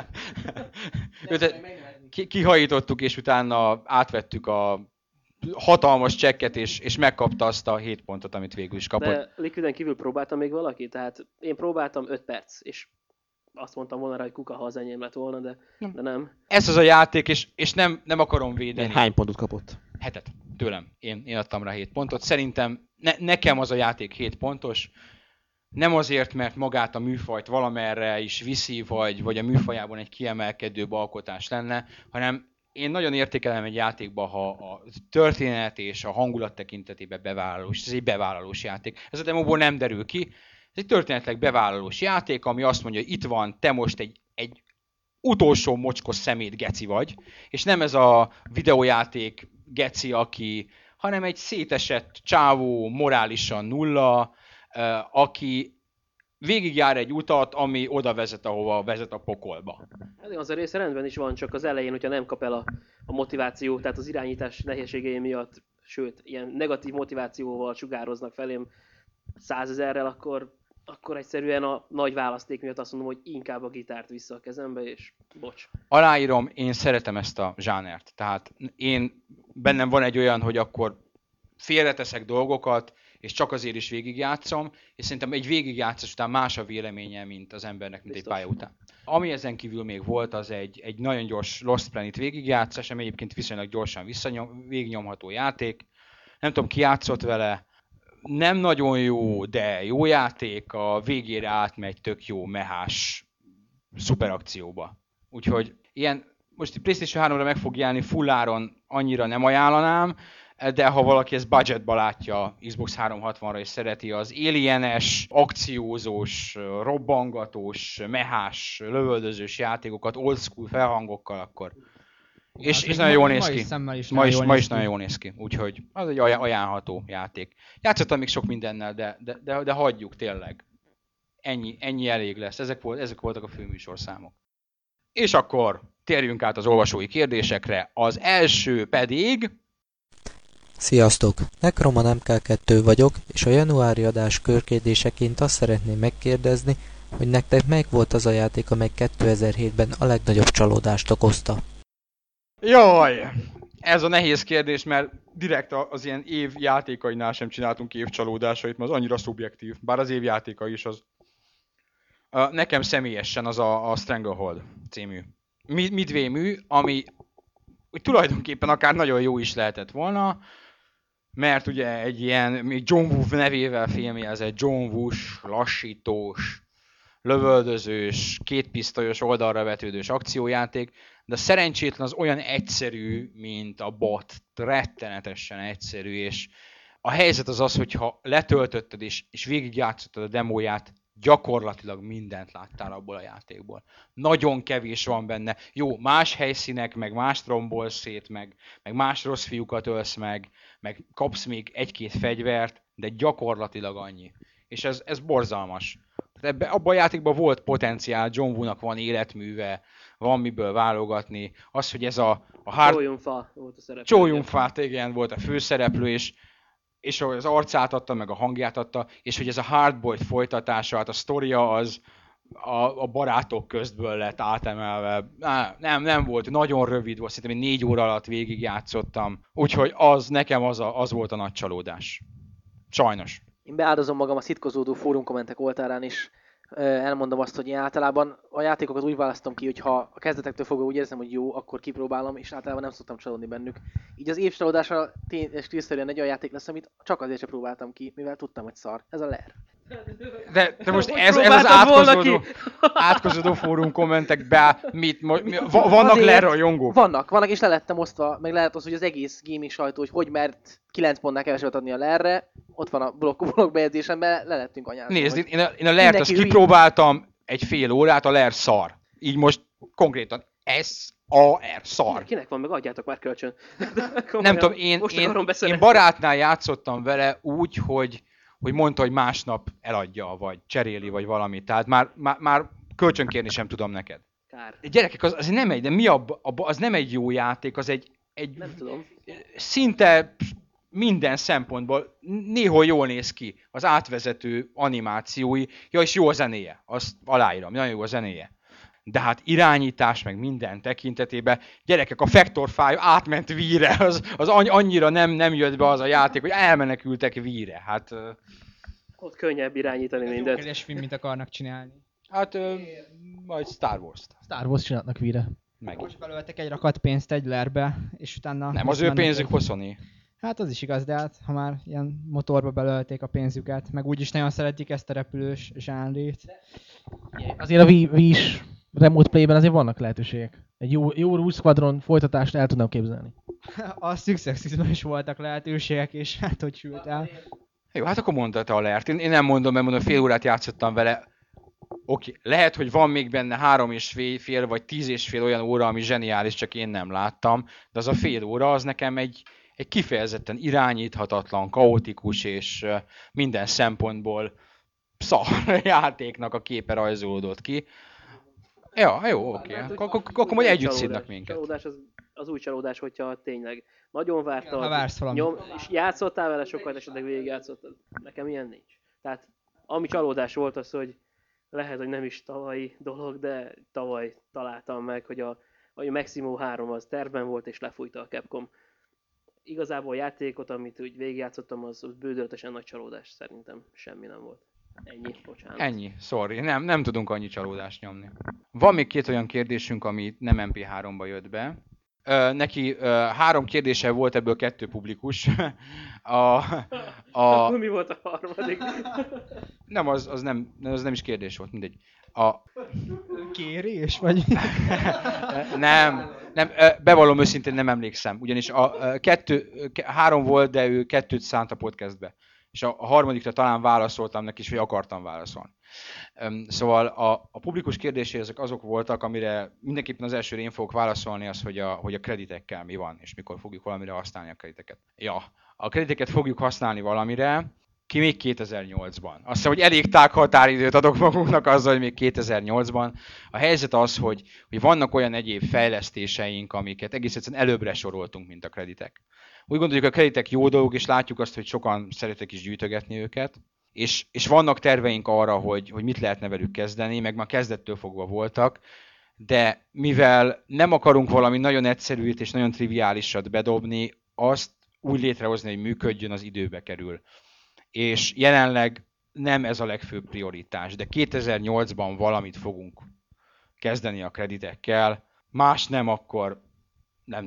A: Kihajítottuk, és utána átvettük a hatalmas csekket, és megkapta azt a 7 pontot, amit végül is kapott.
E: De Liquiden kívül próbáltam még valaki? Tehát én próbáltam 5 perc, és azt mondtam volna rá, hogy kuka, ha az enyém lett volna, de nem.
A: Ez az a játék, és nem akarom védeni.
B: Hány pontot kapott?
A: 7 tőlem. Én adtam rá 7 pontot. Szerintem nekem az a játék 7 pontos. Nem azért, mert magát a műfajt valamerre is viszi, vagy a műfajában egy kiemelkedőbb alkotás lenne, hanem én nagyon értékelem egy játékban, ha a történet és a hangulat tekintetében bevállalós. Ez egy bevállalós játék. Ez a demóból nem derül ki. Ez egy történetileg bevállalós játék, ami azt mondja, hogy itt van, te most egy utolsó mocskos szemét geci vagy, és nem ez a videójáték geci, hanem egy szétesett csávó, morálisan nulla, aki végigjár egy utat, ami oda vezet, ahova vezet a pokolba.
E: Hát az a része rendben is van, csak az elején, hogyha nem kap el a motiváció, tehát az irányítás nehézségei miatt, sőt, ilyen negatív motivációval sugároznak felém 100 000-rel, akkor egyszerűen a nagy választék miatt azt mondom, hogy inkább a gitárt vissza a kezembe, és bocs.
A: Aláírom, én szeretem ezt a zsánert. Tehát bennem van egy olyan, hogy akkor félreteszek dolgokat, és csak azért is végigjátszom, és szerintem egy végigjátszás után más a véleménye, mint az embernek, mint biztos. Egy pálya után. Ami ezen kívül még volt, az egy nagyon gyors Lost Planet végigjátszás, ami egyébként viszonylag gyorsan végignyomható játék. Nem tudom, ki játszott vele, nem nagyon jó, de jó játék, a végére átmegy tök jó mehás szuperakcióba. Úgyhogy ilyen, most PlayStation 3-ra meg fog jelenni fulláron, annyira nem ajánlanám, de ha valaki ezt budgetba látja Xbox 360-ra és szereti az alienes, akciózós, robbangatós, mehás, lövöldözős játékokat old school felhangokkal, akkor... És nagyon jól néz ki. Ma is nagyon jól néz ki. Úgyhogy az egy ajánlható játék. Játszottam még sok mindennel, de hagyjuk tényleg. Ennyi elég lesz. Ezek voltak a főműsorszámok. És akkor térjünk át az olvasói kérdésekre. Az első pedig...
F: Sziasztok! Nekroma nem kell 2 vagyok, és a januári adás körkérdéseként azt szeretném megkérdezni, hogy nektek melyik volt az a játék, amely 2007-ben a legnagyobb csalódást okozta?
A: Jaj! Ez a nehéz kérdés, mert direkt az ilyen év játékainál sem csináltunk évcsalódásait, mert az annyira szubjektív. Bár az év játéka is az. Nekem személyesen az a Stranglehold című Midway mű, ami tulajdonképpen akár nagyon jó is lehetett volna, mert ugye egy ilyen, még John Woo nevével filmjelzett John Woo-s, lassítós, lövöldözős, kétpisztolyos, oldalra vetődős akciójáték, de a szerencsétlen az olyan egyszerű, mint a bot, rettenetesen egyszerű, és a helyzet az, hogyha letöltötted és végigjátszottad a demóját, gyakorlatilag mindent láttál abból a játékból. Nagyon kevés van benne. Jó, más helyszínek, meg más trombolsz szét, meg más rossz fiúkat ölsz meg kapsz még egy-két fegyvert, de gyakorlatilag annyi. És ez borzalmas. Abban a játékban volt potenciál, John Woo-nak van életműve, van miből válogatni. Az, hogy ez a
E: Chow Yun-fat volt a szereplő.
A: Chow Yun-fat, igen, volt a főszereplő, és az arcát adta, meg a hangját adta, és hogy ez a Hardboiled folytatása, hát a sztoria az a barátok köztből lett átemelve. Nem volt, nagyon rövid volt, szerintem 4 óra alatt végigjátszottam. Úgyhogy nekem az volt a nagy csalódás. Sajnos.
D: Én beáldozom magam a szitkozódó fórumkommentek oltárán is. Elmondom azt, hogy én általában a játékokat úgy választom ki, hogy ha a kezdetektől fogva úgy érzem, hogy jó, akkor kipróbálom, és általában nem szoktam csalódni bennük. így az év csalódása stílszerűen egy olyan játék lesz, amit csak azért sem próbáltam ki, mivel tudtam, hogy szar. Ez a LER.
A: De most ez az átkozódó fórum kommentek be, vannak LER rajongók?
D: Vannak, és le lettem osztva, meg lehet az, hogy az egész gaming sajtó, hogy mert 9 pontnál kevesebbet adni a LER-re, ott van a blog bejegyzésemben, le lettünk anyázni.
A: Nézd, én a LER-t azt kipróbáltam egy fél órát, a LER szar. Így most konkrétan SAR, szar.
E: Kinek van, meg adjátok már kölcsön.
A: Nem tudom, én barátnál játszottam vele úgy, hogy mondta, hogy másnap eladja, vagy cseréli, vagy valami. Tehát már kölcsönkérni sem tudom neked.
E: Kár.
A: Gyerekek, az nem egy, de az nem egy jó játék, az egy
E: nem tudom.
A: Szinte minden szempontból néhol jól néz ki. Az átvezető animációi, és jó a zenéje, azt aláírom, nagyon jó a zenéje. De hát irányítás, meg minden tekintetében, gyerekek, a Factor 5 átment Wii-re, az annyira nem jött be az a játék, hogy elmenekültek Wii-re. Hát,
E: ott könnyebb irányítani mindent.
C: Ez film, mit akarnak csinálni.
A: Hát, majd Star Wars-t.
G: Star Wars csinálnak Wii-re.
C: Most belőltek egy rakat pénzt egy lerbe, és utána...
A: Nem, az ő pénzük Hoszoné.
C: Hát az is igaz, de hát, ha már ilyen motorba belölték a pénzüket, meg úgyis nagyon szeretik ezt a repülős zsánrét.
G: Azért a Wii-s Remote Play-ben azért vannak lehetőségek. Egy jó Rogue Squadron folytatást el tudnám képzelni.
C: A Successisben is voltak lehetőségek, és hát hogy sült el.
A: Jó, hát akkor mondta a LER-t. Én nem mondom, mert mondom, fél órát játszottam vele. Oké, lehet, hogy van még benne 3,5 vagy 10,5 olyan óra, ami zseniális, csak én nem láttam. De az a fél óra, az nekem egy kifejezetten irányíthatatlan, kaotikus és minden szempontból szar játéknak a képe rajzolódott ki. Ja, jó, oké. Akkor majd együtt szidnak minket.
E: Csalódás az új csalódás, hogyha tényleg nagyon vártad,
C: ha vársz valamit.
E: És játszottál vele sokat, esetleg végigjátszottad. Nekem ilyen nincs. Tehát ami csalódás volt az, hogy lehet, hogy nem is tavalyi dolog, de tavaly találtam meg, hogy a Maximo 3 az tervben volt és lefújta a Capcom. Igazából a játékot, amit úgy végigjátszottam, az bődöltesen nagy csalódás, szerintem semmi nem volt. Ennyi, bocsánat.
A: Ennyi, sorry, nem tudunk annyi csalódást nyomni. Van még 2 olyan kérdésünk, ami nem MP3-ba jött be. Neki 3 kérdése volt, ebből 2 publikus.
E: Mi volt a harmadik?
A: Nem, az nem is kérdés volt, mindegy.
C: Kérés, vagy?
A: Nem, bevallom őszintén, nem emlékszem. Ugyanis 3 volt, de ő 2 szánt a podcastbe. És a harmadikra talán válaszoltam neki is, vagy akartam válaszolni. Szóval a publikus kérdései azok voltak, amire mindenképpen az elsőre én fogok válaszolni, az, hogy a kreditekkel mi van, és mikor fogjuk valamire használni a krediteket. Ja, a krediteket fogjuk használni valamire, ki még 2008-ban. Azt hiszem, hogy elég tág határidőt adok magunknak azzal, hogy még 2008-ban. A helyzet az, hogy vannak olyan egyéb fejlesztéseink, amiket egész egyszerűen előbbre soroltunk, mint a kreditek. Úgy gondoljuk, a kreditek jó dolgok, és látjuk azt, hogy sokan szeretek is gyűjtögetni őket. És vannak terveink arra, hogy mit lehetne velük kezdeni, meg már kezdettől fogva voltak, de mivel nem akarunk valami nagyon egyszerűt és nagyon triviálisat bedobni, azt úgy létrehozni, hogy működjön, az időbe kerül. És jelenleg nem ez a legfőbb prioritás, de 2008-ban valamit fogunk kezdeni a kreditekkel, más nem, akkor nem tudom.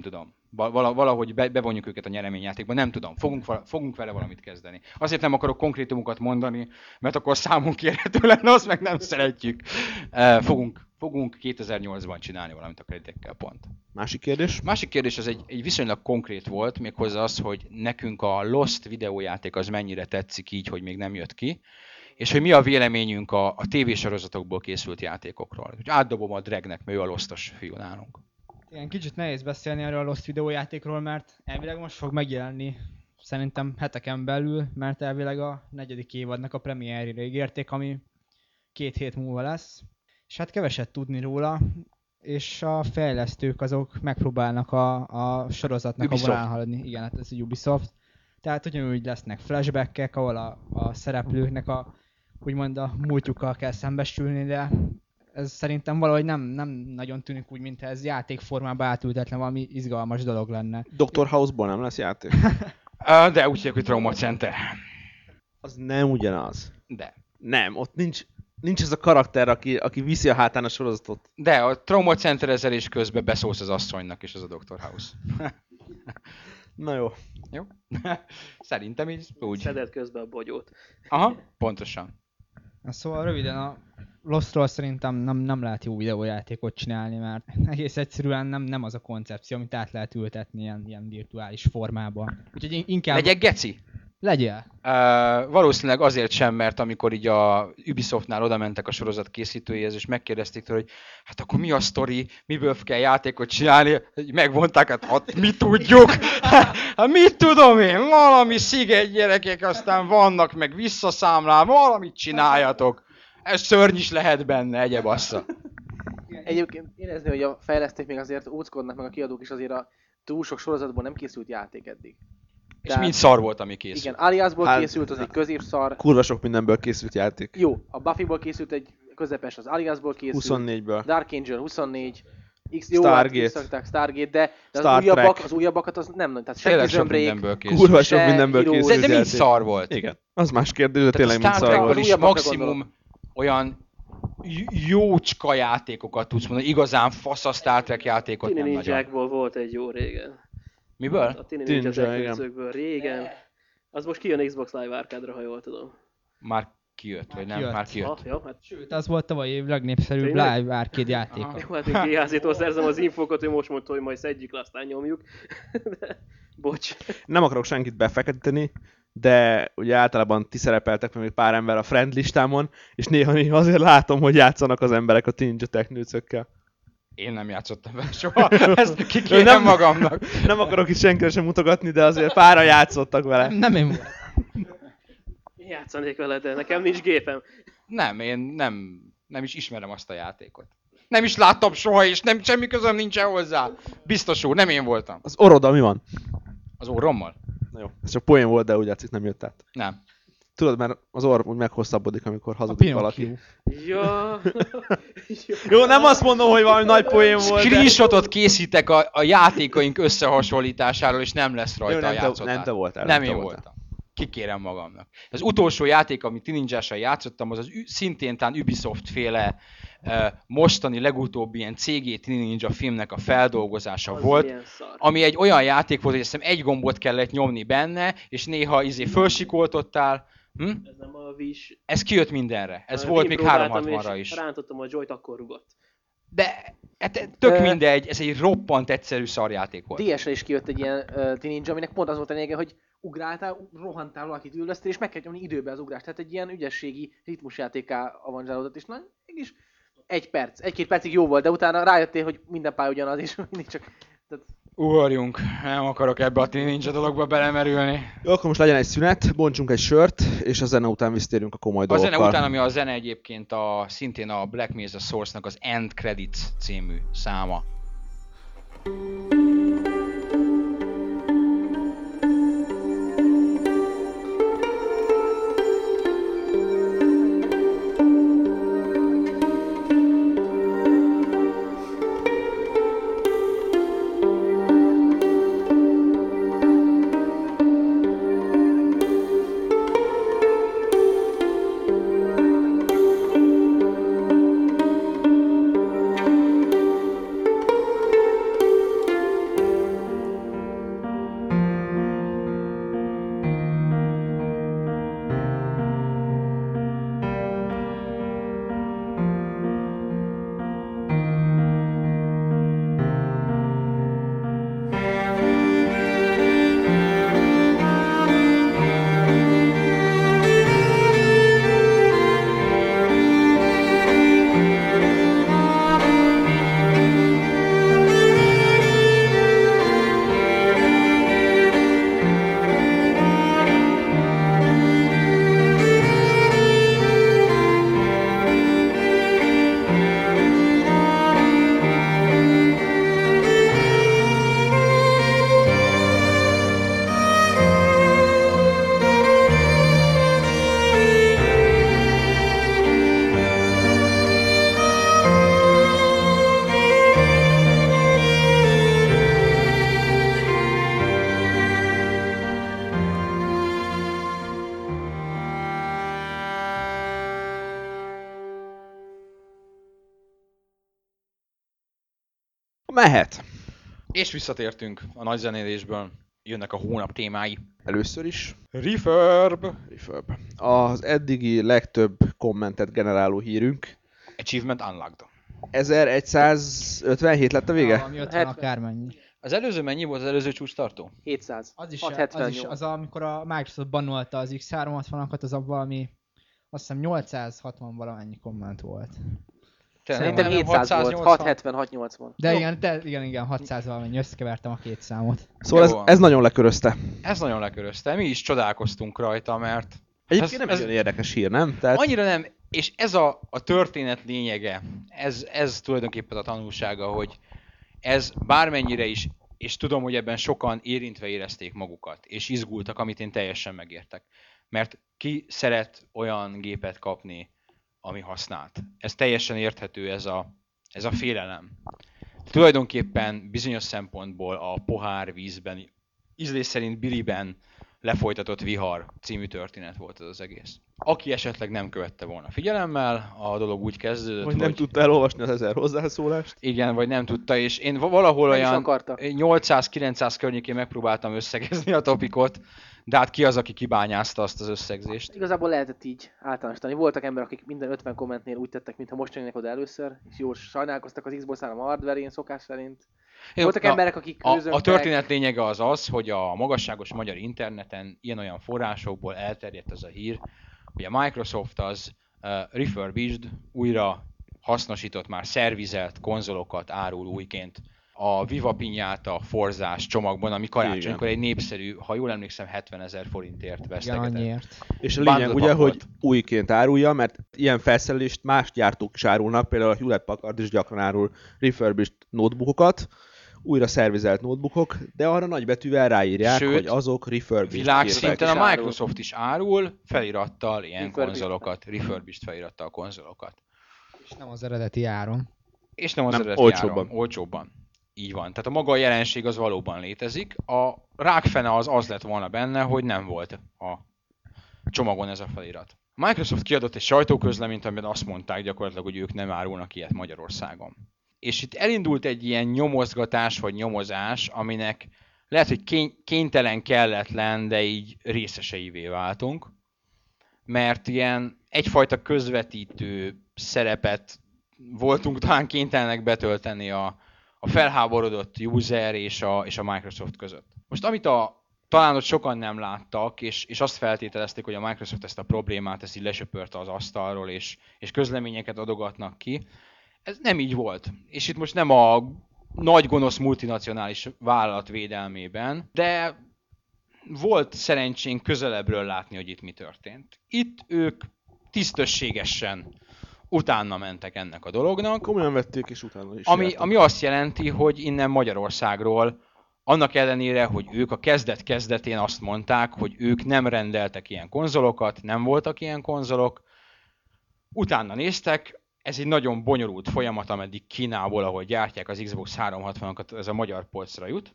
A: valahogy bevonjuk őket a nyereményjátékba, nem tudom, fogunk vele valamit kezdeni. Azért nem akarok konkrétumokat mondani, mert akkor számunk kérhető lenne, azt meg nem szeretjük. Fogunk 2008-ban csinálni valamit a kreditekkel pont.
B: Másik kérdés?
A: Másik kérdés az egy viszonylag konkrét volt, méghozzá az, hogy nekünk a Lost videójáték az mennyire tetszik így, hogy még nem jött ki, és hogy mi a véleményünk a tévésorozatokból készült játékokról. Úgy átdobom a Dregnek, mert ő a Lostos fiú nálunk.
C: Igen, kicsit nehéz beszélni erről a Lost videójátékról, mert elvileg most fog megjelenni szerintem heteken belül, mert elvileg a 4. évadnak a premierjére ígérték, ami 2 hét múlva lesz. És hát keveset tudni róla, és a fejlesztők azok megpróbálnak a sorozatnak a vonalán haladni. Igen, hát ez a Ubisoft. Tehát ugyanúgy lesznek flashbackek, ahol a szereplőknek úgymond a múltjukkal kell szembesülni, de ez szerintem valahogy nem nagyon tűnik úgy, mint ez játékformába átültetlen valami izgalmas dolog lenne.
B: Dr. House-ból nem lesz játék?
A: De úgy hívják, hogy Trauma Center.
B: Az nem ugyanaz.
A: De.
B: Nem, ott nincs ez a karakter, aki viszi a hátán a sorozatot.
A: De a Trauma Centerezelés közben beszólsz az asszonynak, és az a Dr. House.
B: Na jó.
A: Jó? Szerintem így úgy.
E: Szedett közben a bogyót.
A: Aha, pontosan.
C: Szóval röviden a Lostról szerintem nem lehet jó videójátékot csinálni, mert egész egyszerűen nem az a koncepció, amit át lehet ültetni ilyen virtuális formában. Úgyhogy inkább...
A: Legyek geci?
C: Legyél.
A: Valószínűleg azért sem, mert amikor így a Ubisoftnál oda mentek a sorozat készítőjéhez, és megkérdezték tőle, hogy hát akkor mi a sztori, miből kell játékot csinálni, megmondták, hát mi tudjuk, hát mit tudom én, valami sziget gyerekek, aztán vannak, meg visszaszámlál, valamit csináljatok. Ez szörny is lehet benne, egyéb assza.
D: Egyébként érezni, hogy a fejlesztők még azért óckodnak, meg a kiadók is azért a túl sok sorozatból nem készült játék eddig.
A: És mind szar volt, ami készült.
D: Igen, Aliasból készült, az egy középszar.
B: Kurva sok mindenből készült játék.
D: Jó, a Buffyból készült egy közepes, az Aliasból készült.
B: 24-ből.
D: Dark Angel 24.
B: Stargate.
D: Stargate, de
B: Star
D: az újabbakat az nem, tehát
A: tényleg
D: Prison
A: sok
D: Break,
A: mindenből készült.
B: Kurva sok mindenből készült
A: De mind
B: játék.
A: szar volt.
B: Igen, az más kérdés, de tényleg mind
A: Star
B: szar volt.
A: Trekből is
D: Újabbakra
A: maximum
D: gondolom.
A: olyan jócska játékokat tudsz mondani, igazán fasz a Star Trek játékot
E: Tini
A: nem nagyon.
E: Ninjákból volt egy jó régen.
A: Miből?
E: A Tini
B: Ninja,
E: Ninja
B: igen.
E: Teknőcökből régen. Az most kijön Xbox Live Arcade-ra, ha jól tudom.
A: Már kijött, vagy nem?
C: Kijött.
A: Már kijött.
E: Jó, hát
C: Sőt, az volt tavaly év legnépszerűbb
E: Tényleg?
C: live arcade játéka.
E: jó, hát én GHZ-tól szerzem az infókat, ő most mondta, hogy majd szedjük le, aztán nyomjuk. De, bocs.
B: Nem akarok senkit befeketíteni, de ugye általában ti szerepeltek még pár ember a friend listámon, és néha azért látom, hogy játszanak az emberek a Ninja Technőcökkel.
A: Én nem játszottam vele soha, ezt kikérem magamnak.
B: Nem akarok itt senkire sem mutogatni, de azért pára játszottak vele.
C: Nem én voltam.
E: Én játszanék vele, de nekem nincs gépem.
A: Nem, én nem is ismerem azt a játékot. Nem is láttam soha, és semmi közöm nincsen hozzá. Biztos úr, nem én voltam.
B: Az oroda mi van?
A: Az orrommal?
B: Na jó, ez csak poén volt, de úgy játszik, nem jött át.
A: Nem.
B: Tudod, mert az orr úgy meghosszabbodik, amikor hazudik valaki.
E: Ja.
B: Jó, nem azt mondom, hogy valami nagy poén volt, de...
A: Screenshotot készítek a játékaink összehasonlításáról, és nem lesz rajta
B: Jó,
A: a
B: nem
A: játszótár.
B: te voltál.
A: Nem
B: te
A: én
B: voltál.
A: voltam. Kikérem magamnak. Az utolsó játék, amit Ninja-sal játszottam, az szintén talán Ubisoft féle mostani legutóbbi ilyen CG Ninja filmnek a feldolgozása
E: Az
A: volt,
E: milyen szar.
A: ami egy olyan játék volt, hogy azt hiszem egy gombot kellett nyomni benne, és néha fölsikoltottál.
E: Ez nem a Wish.
A: Ez kijött mindenre. Ez
E: Én
A: volt még
E: próbáltam,
A: 360-ra
E: és
A: is.
E: rántottam a Joy-t, akkor rugott.
A: De hát, tök mindegy, ez egy roppant egyszerű szarjáték volt.
D: DS-re is kijött egy ilyen Ninja, aminek pont az volt a lényege, hogy ugráltál, rohantál, valakit üldöztél, és meg kell nyomni időbe az ugrást. Tehát egy ilyen ügyességi ritmusjátékká avanzsálódott, és mégis 1-2 percig jó volt, de utána rájöttél, hogy minden pálya ugyanaz, és mindig csak... Tehát...
A: Ugorjunk, nem akarok ebbe a Ninja dologba belemerülni.
B: Jó, akkor most legyen egy szünet, bontsunk egy sört, és a zene után visszatérünk a komoly
A: A
B: dolgokkal.
A: zene után, ami a zene egyébként szintén a Black Mesa Source-nak az End Credits című száma.
B: Mehet.
A: És visszatértünk a nagy zenélésből. Jönnek a hónap témái.
B: Először is.
A: Refurb.
B: Az eddigi legtöbb kommentet generáló hírünk.
A: Achievement unlocked.
B: 1157 lett a vége?
C: Ami 50 akármennyi.
A: Az előző mennyi volt az előző csúcstartó?
D: 700.
C: Az is,
D: 678.
C: az amikor a Microsoft banolta az X360-akat, az abban valami, azt hiszem 860 valamennyi komment volt.
D: Szerintem 700 volt, 670, 680.
C: De igen, 600 valamennyi, összekevertem a két számot.
B: Szóval ez nagyon lekörözte.
A: Ez nagyon lekörözte. Mi is csodálkoztunk rajta, mert...
B: Egyébként nem olyan érdekes hír, nem?
A: Tehát... Annyira nem, és ez a történet lényege, ez tulajdonképpen a tanulsága, hogy ez bármennyire is, és tudom, hogy ebben sokan érintve érezték magukat, és izgultak, amit én teljesen megértek. Mert ki szeret olyan gépet kapni, ami használt. Ez teljesen érthető, ez a félelem. Tulajdonképpen bizonyos szempontból a pohár vízben, ízlés szerint Billyben lefolytatott vihar című történet volt ez az egész. Aki esetleg nem követte volna figyelemmel, a dolog úgy kezdődött,
B: hogy nem tudta elolvasni az 1000 hozzászólást.
A: Igen, vagy nem tudta, és én valahol olyan 800-900 környékén megpróbáltam összegezni a topikot, de hát ki az, aki kibányázta azt az összegzést?
D: Igazából lehetett így általánosítani. Voltak emberek, akik minden 50 kommentnél úgy tettek, mintha most jönnek oda először, és jól sajnálkoztak az Xbox 3 hardware-én szokás szerint. Voltak emberek, akik
A: a történet lényege az, hogy a magasságos magyar interneten ilyen-olyan forrásokból elterjedt ez a hír, hogy a Microsoft az refurbished, újra hasznosított, már szervizelt konzolokat árul újként a Viva Pinata Forzás csomagban, ami karácsonykor egy népszerű, ha jól emlékszem, 70 000 forintért vesztegetett.
B: És a lényeg ugye, hogy újként árulja, mert ilyen felszerelést más gyártók is árulnak, például a Hewlett Packard is gyakran árul refurbished notebookokat, újra szervizelt notebookok, de arra nagybetűvel ráírják, sőt, hogy azok refurbished.
A: Világszinten a Microsoft is árul felirattal ilyen konzolokat, refurbished felirattal konzolokat.
C: És nem az eredeti áron.
A: És nem az eredeti áron, olcsóbban. Így van. Tehát a maga a jelenség az valóban létezik. A rákfene az lett volna benne, hogy nem volt a csomagon ez a felirat. A Microsoft kiadott egy sajtóközleményt, amiben azt mondták gyakorlatilag, hogy ők nem árulnak ilyet Magyarországon. És itt elindult egy ilyen nyomozgatás vagy nyomozás, aminek lehet, hogy kénytelen, kelletlen, de így részeseivé váltunk. Mert ilyen egyfajta közvetítő szerepet voltunk talán kénytelenek betölteni a felháborodott user és a Microsoft között. Most amit talán ott sokan nem láttak, és azt feltételezték, hogy a Microsoft ezt a problémát ezt így lesöpörte az asztalról, és közleményeket adogatnak ki, ez nem így volt. És itt most nem a nagy gonosz multinacionális vállalat védelmében, de volt szerencsénk közelebbről látni, hogy itt mi történt. Itt ők tisztességesen utána mentek ennek a dolognak.
B: Komolyan vették, és utána is.
A: Ami azt jelenti, hogy innen Magyarországról, annak ellenére, hogy ők a kezdet-kezdetén azt mondták, hogy ők nem rendeltek ilyen konzolokat, nem voltak ilyen konzolok, utána néztek, ez egy nagyon bonyolult folyamat, ameddig Kínából, ahol gyártják az Xbox 360-akat, ez a magyar polcra jut.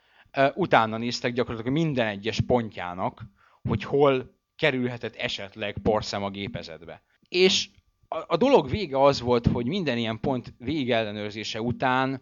A: Utána néztek gyakorlatilag minden egyes pontjának, hogy hol kerülhetett esetleg porszem a gépezetbe. És a dolog vége az volt, hogy minden ilyen pont végellenőrzése után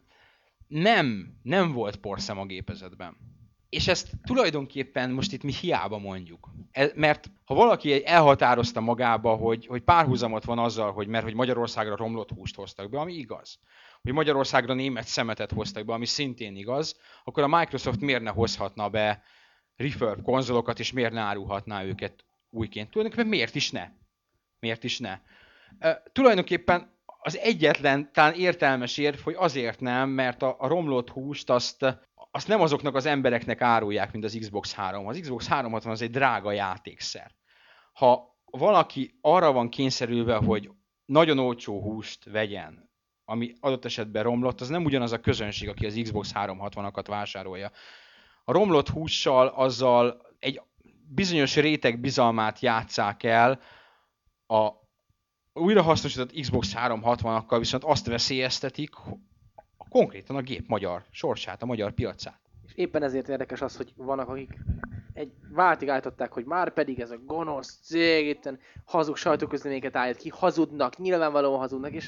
A: nem volt porszem a gépezetben. És ezt tulajdonképpen most itt mi hiába mondjuk. Mert ha valaki elhatározta magába, hogy párhuzamot van azzal, hogy Magyarországra romlott húst hoztak be, ami igaz, hogy Magyarországra német szemetet hoztak be, ami szintén igaz, akkor a Microsoft miért ne hozhatna be refurb konzolokat, és miért ne árulhatná őket újként? Tulajdonképpen miért is ne? Tulajdonképpen az egyetlen talán értelmes érv, hogy azért nem, mert a romlott húst azt nem azoknak az embereknek árulják, mint az Xbox 3. Az Xbox 360 az egy drága játékszer. Ha valaki arra van kényszerülve, hogy nagyon olcsó húst vegyen, ami adott esetben romlott, az nem ugyanaz a közönség, aki az Xbox 360-akat vásárolja. A romlott hússal azzal egy bizonyos réteg bizalmát játsszák el, a újrahasznosított Xbox 360-akkal viszont azt veszélyeztetik, konkrétan a gép magyar sorsát, a magyar piacát.
D: És éppen ezért érdekes az, hogy vannak, akik egy váltig állították, hogy már pedig ez a gonosz cég itten hazug sajtóközleményeket állít ki, hazudnak, nyilvánvalóan hazudnak, és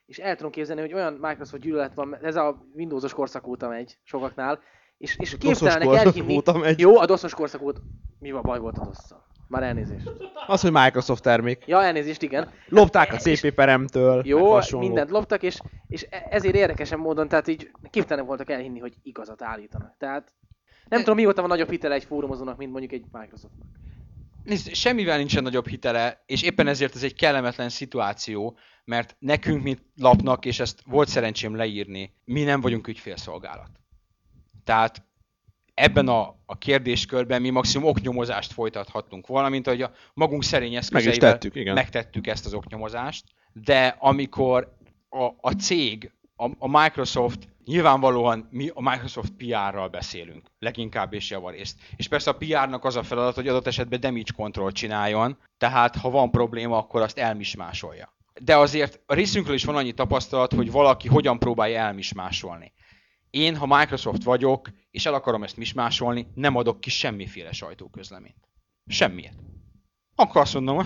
D: És el tudom képzelni, hogy olyan Microsoft gyűlölet van, ez a Windowsos korszak óta megy sokaknál, és képtelenek elhinni... Jó, a DOS-os korszak óta... Mi a baj volt a DOS-szal? Már elnézést.
B: Az, hogy Microsoft termék.
D: Ja, elnézést, igen.
B: Lopták a CP peremtől.
D: Jó, mindent loptak, és ezért érdekesen módon, tehát így képtelenek voltak elhinni, hogy igazat állítanak. Tehát nem tudom, mióta van nagyobb hitele egy fórumozónak, mint mondjuk egy Microsoftnak.
A: Semmivel nincsen nagyobb hitele, és éppen ezért ez egy kellemetlen szituáció, mert nekünk, mint lapnak, és ezt volt szerencsém leírni, mi nem vagyunk ügyfélszolgálat. Tehát ebben a kérdéskörben mi maximum oknyomozást folytathattunk volna, mint ahogy a magunk szerény eszközeivel megtettük ezt az oknyomozást, de amikor a cég, a Microsoft, nyilvánvalóan mi a Microsoft PR-ral beszélünk, leginkább és javarészt. És persze a PR-nak az a feladat, hogy adott esetben damage control csináljon, tehát ha van probléma, akkor azt elmismásolja. De azért a részünkről is van annyi tapasztalat, hogy valaki hogyan próbálja elmismásolni. Én, ha Microsoft vagyok, és el akarom ezt mismásolni, nem adok ki semmiféle sajtóközleményt. Semmiet. Akkor azt mondom,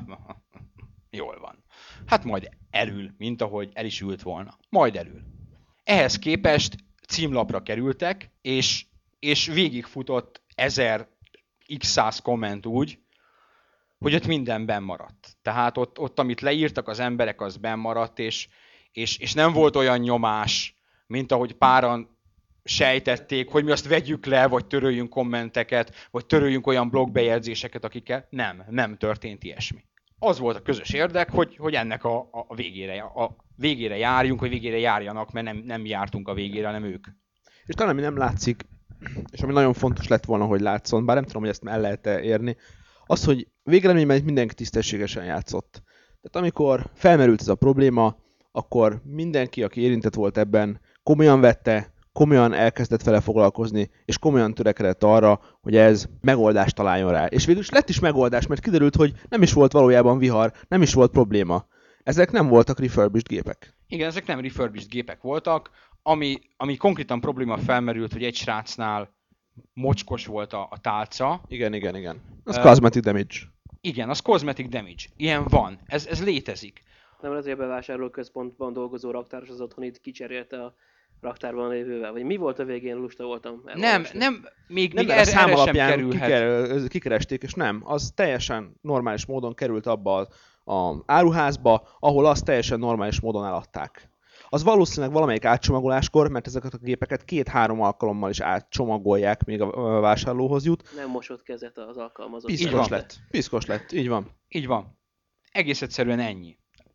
A: jól van. Hát majd elül, mint ahogy el is ült volna. Majd elül. Ehhez képest címlapra kerültek, és végigfutott 1000x100 komment úgy, hogy ott minden benn maradt. Tehát ott amit leírtak az emberek, az benn maradt, és nem volt olyan nyomás, mint ahogy páran sejtették, hogy mi azt vegyük le, vagy töröljünk kommenteket, vagy töröljünk olyan blogbejegyzéseket, akikkel nem történt ilyesmi. Az volt a közös érdek, hogy ennek a végére járjunk, vagy végére járjanak, mert nem jártunk a végére, hanem ők.
B: És talán ami nem látszik, és ami nagyon fontos lett volna, hogy látszon, bár nem tudom, hogy ezt el lehet-e érni, az, hogy végeredményben mindenki tisztességesen játszott. Tehát amikor felmerült ez a probléma, akkor mindenki, aki érintett volt ebben, komolyan vette, komolyan elkezdett vele foglalkozni, és komolyan törekedett arra, hogy ez megoldást találjon rá. És végül is lett is megoldás, mert kiderült, hogy nem is volt valójában vihar, nem is volt probléma. Ezek nem voltak refurbished gépek.
A: Igen, ezek nem refurbished gépek voltak, ami konkrétan probléma felmerült, hogy egy srácnál mocskos volt a tálca.
B: Igen. Az cosmetic damage.
A: Igen, az cosmetic damage. Ilyen van. Ez létezik.
E: Nem az, hogy a bevásárlóközpontban dolgozó raktáros az otthonit kicserélte a raktárban lévővel? Vagy mi volt a végén? Lusta voltam.
A: Még erre sem kerülhet.
B: Kikeresték, és nem. Az teljesen normális módon került abba az áruházba, ahol azt teljesen normális módon eladták. Az valószínűleg valamelyik átcsomagoláskor, mert ezeket a gépeket 2-3 alkalommal is átcsomagolják, még a vásárlóhoz jut.
E: Nem mosott kezet az alkalmazott.
B: Piszkos lett, így van.
A: Így van. Egész egyszerűen ennyi.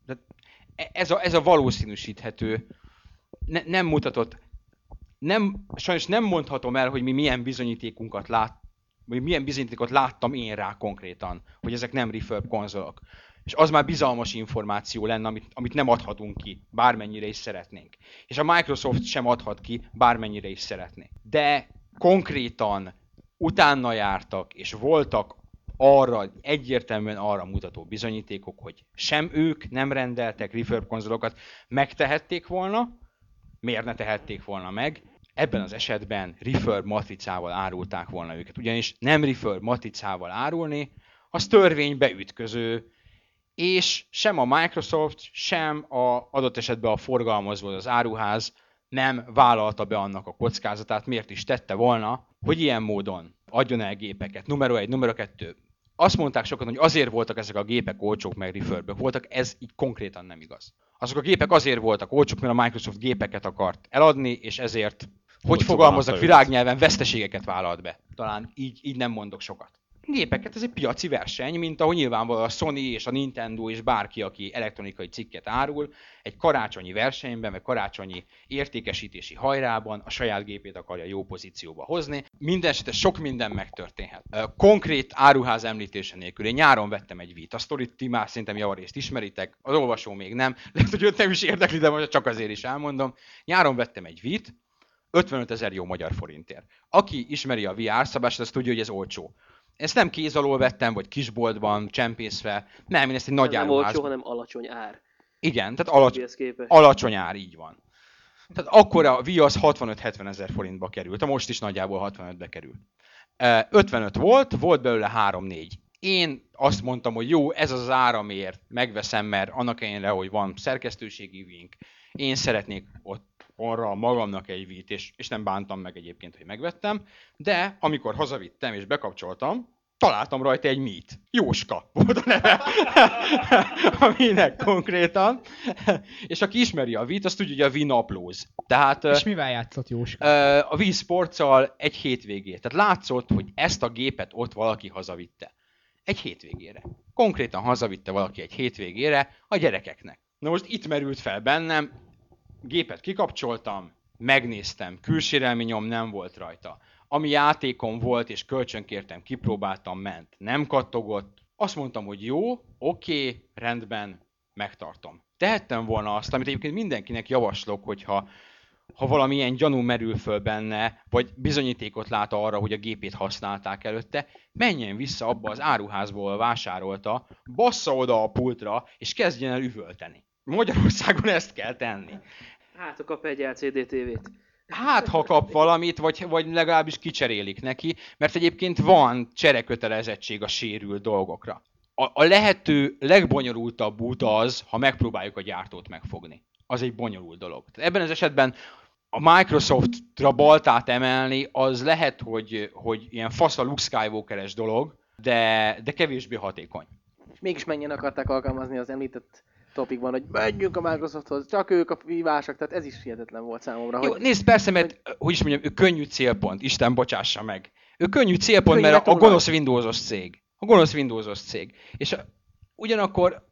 A: Ez a valószínűsíthető, nem mutatott, sajnos nem mondhatom el, hogy mi milyen bizonyítékot láttam én rá konkrétan, hogy ezek nem refurb konzolok. És az már bizalmas információ lenne, amit nem adhatunk ki, bármennyire is szeretnénk. És a Microsoft sem adhat ki, bármennyire is szeretné. De konkrétan utána jártak, és voltak egyértelműen arra mutató bizonyítékok, hogy sem ők nem rendeltek refurb konzolokat, megtehették volna, miért ne tehették volna meg, ebben az esetben refurb matricával árulták volna őket. Ugyanis nem refurb matricával árulni, az törvénybe ütköző, és sem a Microsoft, sem adott esetben a forgalmazó, az áruház nem vállalta be annak a kockázatát, miért is tette volna, hogy ilyen módon adjon el gépeket. Numero 1, numero 2. Azt mondták sokan, hogy azért voltak ezek a gépek olcsók, meg refurbök voltak, ez így konkrétan nem igaz. Azok a gépek azért voltak olcsók, mert a Microsoft gépeket akart eladni, és ezért, hogy fogalmazzak világnyelven, veszteségeket vállalt be. Talán így nem mondok sokat. Gépeket, ez egy piaci verseny, mint ahogy nyilvánvalóan a Sony és a Nintendo és bárki, aki elektronikai cikket árul, egy karácsonyi versenyben, vagy karácsonyi értékesítési hajrában a saját gépét akarja jó pozícióba hozni. Mindenesetre sok minden megtörténhet. Konkrét áruház említése nélkül. Én nyáron vettem egy Wii-t. A sztorit ti már szerintem javarészt ismeritek, az olvasó még nem. Lehet, hogy őt nem is érdekli, de most csak azért is elmondom. Nyáron vettem egy Wii-t, 55 000 jó magyar forintért. Aki ismeri a Wii árszabást, az tudja, hogy ez olcsó. Ezt nem kéz alól vettem, vagy kisboltban, csempészve. Nem, én ezt egy nagy áruházban.
E: Nem olcsó, hanem alacsony ár.
A: Igen, tehát alacsony ár, így van. Tehát akkor a Wii az 65-70 000 forintba került, most is nagyjából 65-be kerül. 55 volt belőle 3-4. Én azt mondtam, hogy jó, ez az áramért megveszem, mert annak ellenére, hogy van szerkesztőségi Wii-nk, én szeretnék ott arra magamnak egy Wii-t, és nem bántam meg egyébként, hogy megvettem, de amikor hazavittem és bekapcsoltam, találtam rajta egy Meet. Jóska volt a neve. A Wii-nek konkrétan. És aki ismeri a Wii-t, azt tudja, hogy a Wii naplóz. Tehát,
C: és mivel játszott Jóska?
A: A Wii Sportszal egy hétvégét. Tehát látszott, hogy ezt a gépet ott valaki hazavitte. Egy hétvégére. Konkrétan hazavitte valaki egy hétvégére a gyerekeknek. Na most itt merült fel bennem, gépet kikapcsoltam, megnéztem, külsérelmi nyom nem volt rajta. Ami játékom volt, és kölcsönkértem, kipróbáltam, ment. Nem kattogott. Azt mondtam, hogy jó, oké, rendben, megtartom. Tehettem volna azt, amit egyébként mindenkinek javaslok, hogyha valamilyen gyanú merül föl benne, vagy bizonyítékot lát arra, hogy a gépét használták előtte, menjen vissza abba az áruházból vásárolta, bassza oda a pultra, és kezdjen el üvölteni. Magyarországon ezt kell tenni.
E: Hát, ha kap egy LCD TV-t.
A: Hát, ha kap valamit, vagy legalábbis kicserélik neki, mert egyébként van cserekötelezettség a sérült dolgokra. A lehető legbonyolultabb út az, ha megpróbáljuk a gyártót megfogni. Az egy bonyolult dolog. Ebben az esetben a Microsoftra baltát emelni, az lehet, hogy ilyen fasz a Luke Skywalker-es dolog, de kevésbé hatékony.
D: És mégis mennyien akarták alkalmazni az említett topikban, hogy menjünk a Microsofthoz, csak ők a vívások, tehát ez is hihetetlen volt számomra.
A: Jó, nézd, persze, mert hogy is mondjam, ő könnyű célpont, Isten bocsássa meg. Ő könnyű célpont, mert a gonosz Windowsos cég. A gonosz Windowsos cég. És ugyanakkor,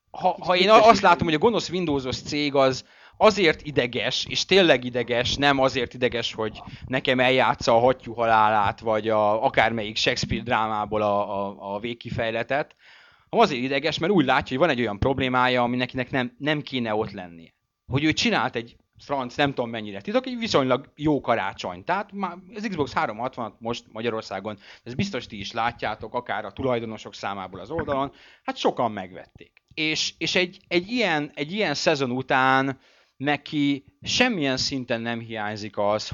A: ha én azt látom, hogy a gonosz Windowsos cég az azért ideges, és tényleg ideges, nem azért ideges, hogy nekem eljátsza a hattyú halálát, vagy akármelyik Shakespeare drámából a végkifejletet, azért ideges, mert úgy látja, hogy van egy olyan problémája, ami nekinek nem kéne ott lennie. Hogy ő csinált egy franc, nem tudom mennyire titok, egy viszonylag jó karácsony. Tehát már az Xbox 360 most Magyarországon, ez biztos ti is látjátok, akár a tulajdonosok számából az oldalon, hát sokan megvették. És egy ilyen szezon után neki semmilyen szinten nem hiányzik az,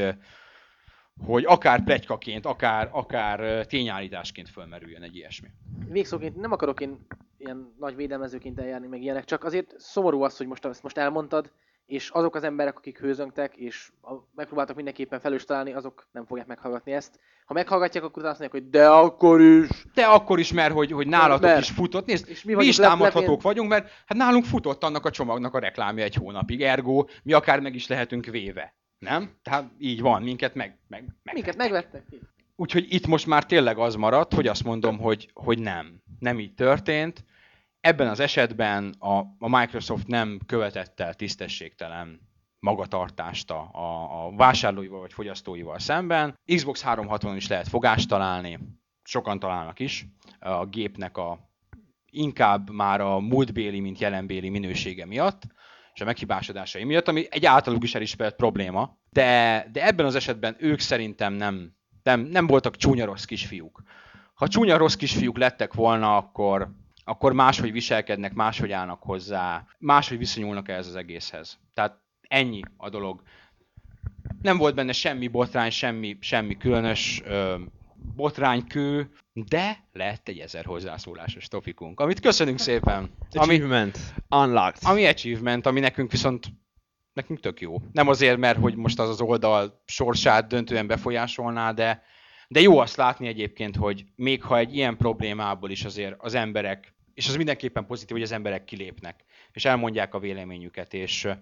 A: hogy akár pletykaként, akár tényállításként fölmerüljön egy ilyesmi.
D: Végszóként nem akarok én ilyen nagy védelmezőként eljárni, meg ilyenek, csak azért szomorú az, hogy ezt most elmondtad, és azok az emberek, akik hőzöngtek, és megpróbáltak mindenképpen felős találni, azok nem fogják meghallgatni ezt. Ha meghallgatják, akkor azt mondják, hogy de akkor is!
A: De akkor is, mert hogy nálatok is futott. Nézd, mi is támadhatók vagyunk, mert hát nálunk futott annak a csomagnak a reklámja egy hónapig, ergo mi akár meg is lehetünk véve. Nem? Tehát így van, minket
D: minket megvettek.
A: Úgyhogy itt most már tényleg az maradt, hogy azt mondom, hogy nem így történt. Ebben az esetben a Microsoft nem követett el tisztességtelen magatartást a vásárlóival vagy fogyasztóival szemben. Xbox 360-on is lehet fogást találni, sokan találnak is. A gépnek inkább már a múltbéli, mint jelenbéli minősége miatt, és a meghibásodásai miatt, ami egy általuk is elismert probléma. De ebben az esetben ők szerintem nem voltak csúnya rossz kisfiúk. Ha csúnya rossz kisfiúk lettek volna, akkor máshogy viselkednek, máshogy állnak hozzá, máshogy viszonyulnak ehhez az egészhez. Tehát ennyi a dolog. Nem volt benne semmi botrány, semmi különös botránykő, de lett egy 1000 hozzászólásos topikunk, amit köszönünk szépen.
B: Achievement. Unlocked.
A: Ami achievement, ami nekünk tök jó. Nem azért, mert hogy most az oldal sorsát döntően befolyásolná, de jó azt látni egyébként, hogy még ha egy ilyen problémából is azért az emberek, és az mindenképpen pozitív, hogy az emberek kilépnek, és elmondják a véleményüket,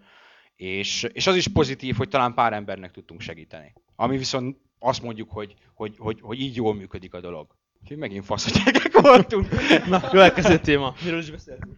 A: és az is pozitív, hogy talán pár embernek tudtunk segíteni. Ami viszont azt mondjuk, hogy így jól működik a dolog. Úgyhogy megint faszatjegek voltunk.
B: Na, következő téma. Miről is beszéltünk?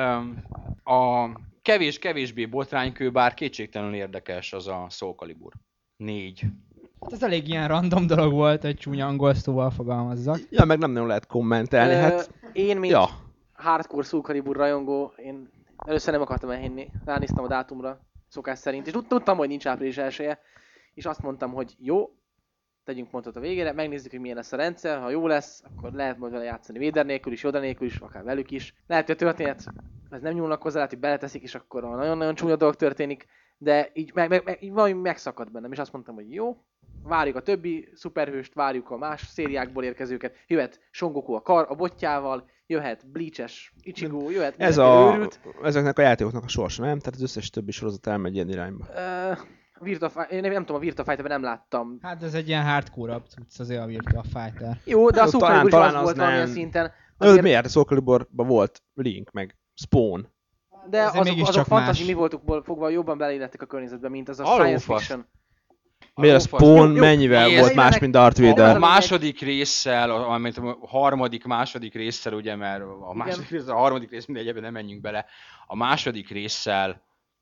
A: A kevésbé botránykő, bár kétségtelenül érdekes az a Soul Calibur 4.
C: Ez elég ilyen random dolog volt, hogy csúnya angol szóval fogalmazzak.
B: Ja, meg nem nagyon lehet kommentelni, hát...
D: Én, mint hardcore Soul Calibur rajongó, én először nem akartam elhinni. Ránéztem a dátumra, szokás szerint, és tudtam, hogy nincs április 1-je, és azt mondtam, hogy jó, tegyünk pontot a végére, megnézzük, hogy milyen lesz a rendszer, ha jó lesz, akkor lehet majd vele játszani Vader nélkül is, Yoda nélkül is, akár velük is. Lehet, hogy a történet, ez nem nyúlnak hozzá, lehet, hogy beleteszik, és akkor nagyon-nagyon csúnya dolog történik, de így valami megszakadt bennem, és azt mondtam, hogy jó, várjuk a többi szuperhőst, várjuk a más szériákból érkezőket, jöhet Son Goku a botjával, jöhet Bleach-es Ichigo, jöhet őrült.
B: Ezeknek a játékoknak a sorsa, nem? Tehát az összes többi sorozat elmegy ilyen irányba.
D: Én nem tudom, a Virtua Fighter-ben nem láttam.
C: Hát ez egy ilyen hardcore-abb cucc azért a Virtua Fighter.
D: Jó, de a Soul Calibur is az volt valamilyen szinten.
B: Azért... Miért? A Soul Caliburban volt Link, meg Spawn.
D: De azok fantasy mi voltukból fogva jobban beleillettek a környezetbe, mint az a science fiction.
B: Miért a Spawn mennyivel volt más, mint Darth Vader?
A: A második résszel, a második résszel, ugye, mert a harmadik rész mindegy, ebben nem menjünk bele. A második résszel,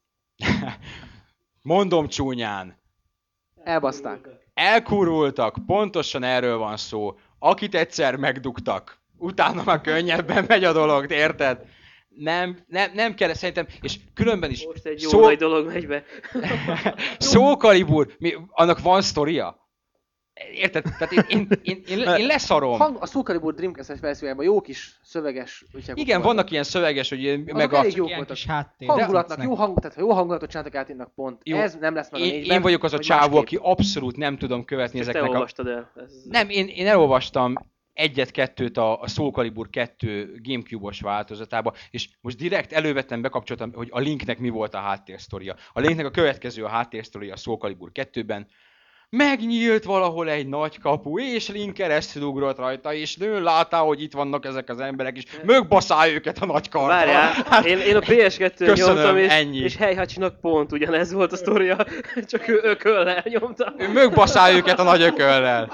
A: mondom csúnyán,
D: elbaszták.
A: Elkurultak, pontosan erről van szó. Akit egyszer megdugtak, utána már könnyebben megy a dolog, érted? Nem kell, szerintem, és különben is...
E: Most egy jó nagy dolog megy be.
A: Soul Calibur, annak van sztoria? Érted? Tehát én leszarom.
D: A Soul Calibur Dreamcast-es verziójában jó kis szöveges ügyek.
A: Igen, vannak ilyen szöveges, hogy
D: meg a ilyen kis háttér. Hangulatnak, tehát ha jó hangulatot csináltak átérnek pont. Jó. Ez nem lesz meg a négyben.
A: Én vagyok az a csávó, aki abszolút nem tudom követni ezeknek
E: te olvastad el.
A: Nem, én elolvastam egyet-kettőt a Soul Calibur 2 Gamecube-os változatába, és most direkt elővettem, bekapcsoltam, hogy a Linknek mi volt a háttérsztoria. A Linknek a következő a háttérsztoria a Soul Calibur 2-ben. Megnyílt valahol egy nagy kapu, és Link keresztül ugrott rajta, és nő látta, hogy itt vannak ezek az emberek, és mögbaszál őket a nagy karddal.
E: Várjál, én a PS2-n nyomtam,
A: ennyi.
E: És Heihachinak pont ugyanez volt a sztoria, csak ő ököllel nyomta.
A: Ő mögbaszál őket a nagy ököllel.